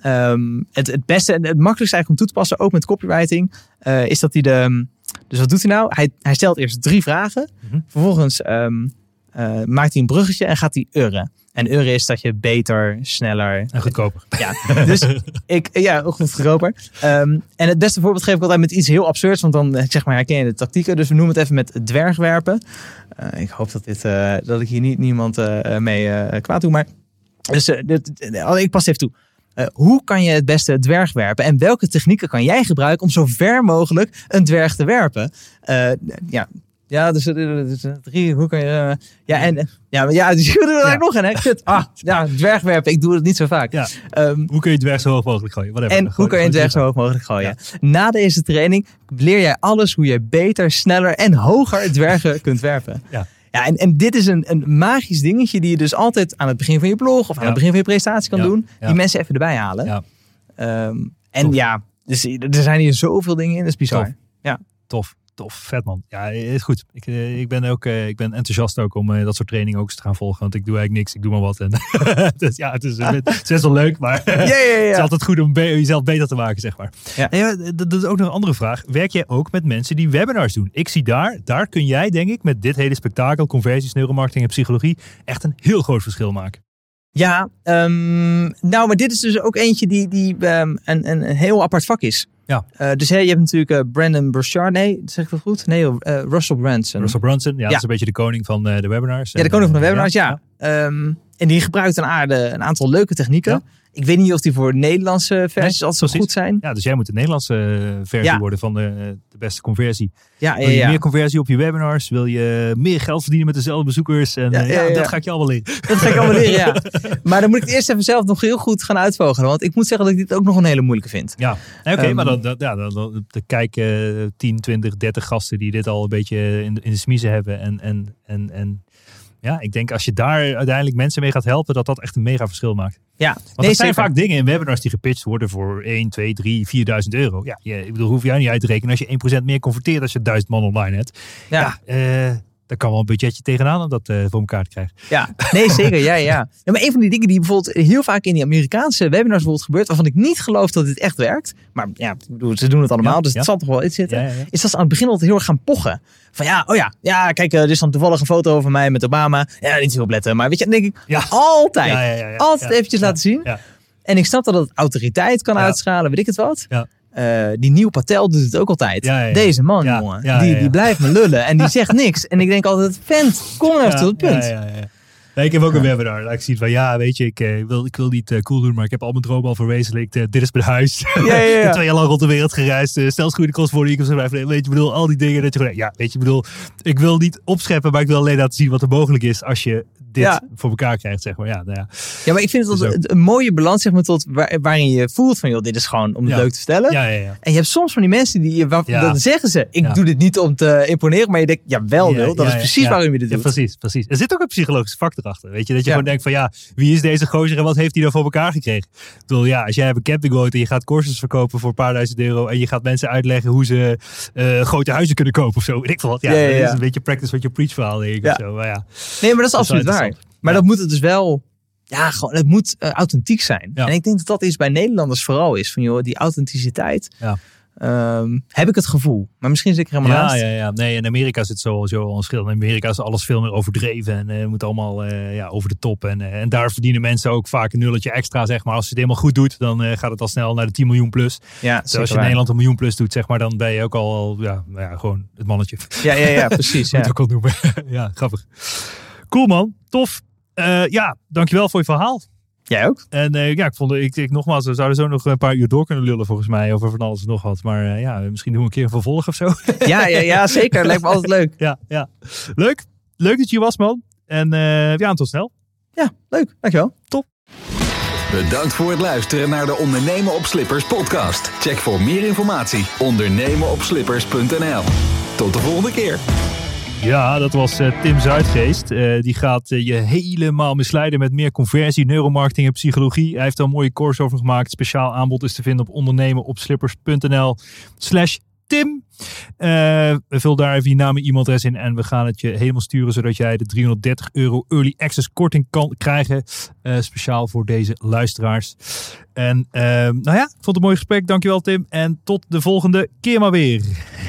Um, het, het beste en het makkelijkste eigenlijk om toe te passen, ook met copywriting, uh, is dat hij de... Dus wat doet hij nou? Hij, hij stelt eerst drie vragen. Mhm. Vervolgens um, uh, maakt hij een bruggetje en gaat hij urren. En urren is dat je beter, sneller... En goedkoper. Ja, dus ik... Ja, ook goed goedkoper. Um, en het beste voorbeeld geef ik altijd met iets heel absurds. Want dan zeg maar herken je de tactieken. Dus we noemen het even met dwergwerpen. Uh, ik hoop dat, dit, uh, dat ik hier niet niemand uh, mee uh, kwaad doe. Maar dus, uh, dit, uh, ik pas even toe. Uh, hoe kan je het beste dwerg werpen? En welke technieken kan jij gebruiken om zo ver mogelijk een dwerg te werpen? Uh, ja... Ja, dus, dus drie, hoe kan je... Uh, ja, en... Ja, maar ja, dus je doet er Ja. nog een, hè? Kut. Ah, ja, dwergwerpen. Ik doe het niet zo vaak. Ja. Um, Hoe kun je het dwerg zo hoog mogelijk gooien? Whatever. en hoe Gooi- kan je een gooi dwerg zo hoog mogelijk gooien? Ja. Na deze training leer jij alles hoe je beter, sneller en hoger dwergen kunt werpen. Ja. Ja, en, en dit is een, een magisch dingetje die je dus altijd aan het begin van je blog of aan Ja. het begin van je presentatie kan Ja. doen. Ja. Die mensen even erbij halen. Ja. Um, en Tof. ja, dus er zijn hier zoveel dingen in. Dat is bizar. Tof. Tof, tof, vet man. Ja, is goed. Ik, uh, ik ben ook uh, ik ben enthousiast ook om uh, dat soort trainingen ook eens te gaan volgen. Want ik doe eigenlijk niks, ik doe maar wat. En dus, ja, het is, uh, het is best wel leuk, maar Ja, ja, ja. het is altijd goed om be- jezelf beter te maken, zeg maar. Ja. En ja, dat, dat is ook nog een andere vraag. Werk jij ook met mensen die webinars doen? Ik zie daar, daar kun jij denk ik met dit hele spektakel, conversies, neuromarketing en psychologie echt een heel groot verschil maken. Ja, um, nou, maar dit is dus ook eentje die, die um, een, een, een heel apart vak is. Ja. Uh, dus hey, je hebt natuurlijk uh, Brandon Burchard, nee, zeg ik dat goed? Nee, uh, Russell Brunson. Russell Brunson, ja, Ja. dat is een beetje de koning van uh, de webinars. Ja, de koning van de En, webinars, ja. ja. Um, en die gebruikt een, aarde, een aantal leuke technieken. Ja. Ik weet niet of die voor Nederlandse versies Nee, altijd zo precies. goed zijn. Ja, dus jij moet de Nederlandse uh, versie Ja. worden van de, de beste conversie. Ja, Wil ja, je ja. meer conversie op je webinars? Wil je meer geld verdienen met dezelfde bezoekers? En Ja, uh, ja, ja, ja. dat ga ik je allemaal leren. Dat ga ik allemaal leren, ja. Maar dan moet ik het eerst even zelf nog heel goed gaan uitvogelen. Want ik moet zeggen dat ik dit ook nog een hele moeilijke vind. Ja, nee, oké, Um, maar dan, dan, ja, dan, dan, dan kijken tien, twintig, dertig gasten die dit al een beetje in de, in de smiezen hebben. En, en, en, en ja, ik denk als je daar uiteindelijk mensen mee gaat helpen, dat dat echt een mega verschil maakt. Ja, Want nee, er zijn zeker. vaak dingen in webinars die gepitcht worden voor één, twee, drie, vierduizend euro. Ja, je, ik bedoel, hoef jij niet uit te rekenen als je één procent meer converteert als je duizend man online hebt. Ja. Ja, eh, daar kan wel een budgetje tegenaan om dat uh, voor elkaar te krijgen. Ja, nee, zeker. Ja, ja. ja, maar een van die dingen die bijvoorbeeld heel vaak in die Amerikaanse webinars bijvoorbeeld gebeurt, waarvan ik niet geloof dat dit echt werkt. Maar ja, ik bedoel, ze doen het allemaal, Ja, dus ja. het zal toch wel iets zitten. Ja, ja, ja. Is dat ze aan het begin altijd heel erg gaan pochen. Van ja, oh ja, ja, kijk, er is dan toevallig een foto van mij met Obama. Ja, niet zo opletten. Maar weet je, dan denk ik, Ja. altijd, Ja, ja, ja, ja. altijd Ja, eventjes ja, laten zien. Ja. En ik snap dat het autoriteit kan Ja. uitschalen, weet ik het wat. Ja. Uh, die Nieuw Patel doet het ook altijd. Ja, ja, ja. Deze man, Ja, jongen, ja, die, ja, ja. die blijft me lullen en die zegt niks. En ik denk altijd, vent, kom even Ja, tot het punt. Ja, ja, ja. Nee, ik heb ook een webinar. Dat ik zie van ja, weet je, ik, uh, wil, ik wil niet uh, cool doen, maar ik heb al mijn dromen al verwezenlijkt. Uh, dit is mijn huis. Ja, ja, ja. ik heb twee jaar lang rond de wereld gereisd. Uh, stel goede kost voor die ik heb schrijven. Weet je, ik bedoel, al die dingen dat je gewoon, ja, weet je, ik bedoel, ik wil niet opscheppen, maar ik wil alleen laten zien wat er mogelijk is als je dit Ja. voor elkaar krijgt, zeg maar. Ja, nou ja. Ja, maar ik vind het Dus altijd een mooie balans, zeg maar, tot waar, waarin je voelt van, joh, dit is gewoon om het Ja. leuk te vertellen. Ja, ja, ja. En je hebt soms van die mensen die, waar, Ja. dan zeggen ze, ik Ja. doe dit niet om te imponeren, maar je denkt, ja, wel, Ja, Wil, dat ja, is ja, precies ja. waarom je dit Ja, doet. precies, precies. Er zit ook een psychologische factor achter. Weet je, dat je Ja. gewoon denkt van ja, wie is deze gozer en wat heeft hij dan voor elkaar gekregen? Ik bedoel, ja, als jij hebt een campingboot en je gaat courses verkopen voor een paar duizend euro en je gaat mensen uitleggen hoe ze uh, grote huizen kunnen kopen of zo, weet ik veel wat. Ja, Ja, ja, ja. dat is een beetje practice what you preach verhaal, denk ik. Ja. Of zo. Maar ja, Nee, maar dat is Dat is wel absoluut waar. interessant. Maar Ja. dat moet het dus wel, ja, gewoon, het moet uh, authentiek zijn. Ja. En ik denk dat dat iets bij Nederlanders vooral is, van joh, die authenticiteit, Ja. um, heb ik het gevoel. Maar misschien zit ik er helemaal ja, naast. ja, ja. Nee, in Amerika zit sowieso al een verschil. In Amerika is alles veel meer overdreven en uh, moet allemaal uh, ja, over de top. En, uh, en daar verdienen mensen ook vaak een nulletje extra, zeg maar. Als je het helemaal goed doet, dan uh, gaat het al snel naar de tien miljoen plus. Ja, Dus als je in Nederland een miljoen plus doet, zeg maar, dan ben je ook al, ja, nou ja gewoon het mannetje. Ja, ja, ja, precies. Moet Ja. ik ook al noemen. Ja, grappig. Cool, man. Tof. Uh, ja, dankjewel voor je verhaal. Jij ook? En uh, ja, ik vond, ik, ik nogmaals, we zouden zo nog een paar uur door kunnen lullen volgens mij over van alles en nog wat. Maar uh, ja, misschien doen we een keer een vervolg of zo. Ja, ja, ja, zeker. Lijkt me altijd leuk. Ja, ja. Leuk. Leuk dat je hier was, man. En uh, ja, tot snel. Ja, leuk. Dankjewel. Top. Bedankt voor het luisteren naar de Ondernemen op Slippers podcast. Check voor meer informatie ondernemen op slippers punt n l. Tot de volgende keer. Ja, dat was uh, Tim Zuidgeest. Uh, die gaat uh, je helemaal misleiden met meer conversie, neuromarketing en psychologie. Hij heeft er een mooie course over gemaakt. Speciaal aanbod is te vinden op ondernemen op slippers punt n l slash Tim. Uh, vul daar even je naam en e-mailadres in en we gaan het je helemaal sturen zodat jij de driehonderddertig euro early access korting kan krijgen. Uh, speciaal voor deze luisteraars. En uh, nou ja, ik vond het een mooi gesprek. Dankjewel Tim. En tot de volgende keer maar weer.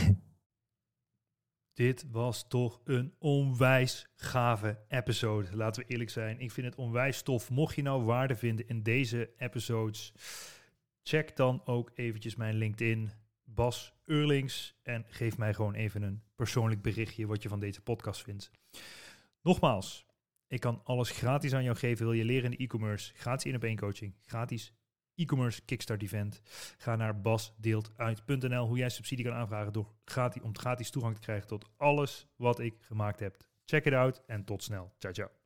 Dit was toch een onwijs gave episode. Laten we eerlijk zijn. Ik vind het onwijs tof. Mocht je nou waarde vinden in deze episodes, check dan ook eventjes mijn LinkedIn, Bas Eurlings, en geef mij gewoon even een persoonlijk berichtje wat je van deze podcast vindt. Nogmaals, ik kan alles gratis aan jou geven. Wil je leren in de e-commerce? Gratis één op één coaching. Gratis e-commerce kickstart event. Ga naar basdeeltuit punt n l hoe jij subsidie kan aanvragen door gratis, om gratis toegang te krijgen tot alles wat ik gemaakt heb. Check it out en tot snel. Ciao, ciao.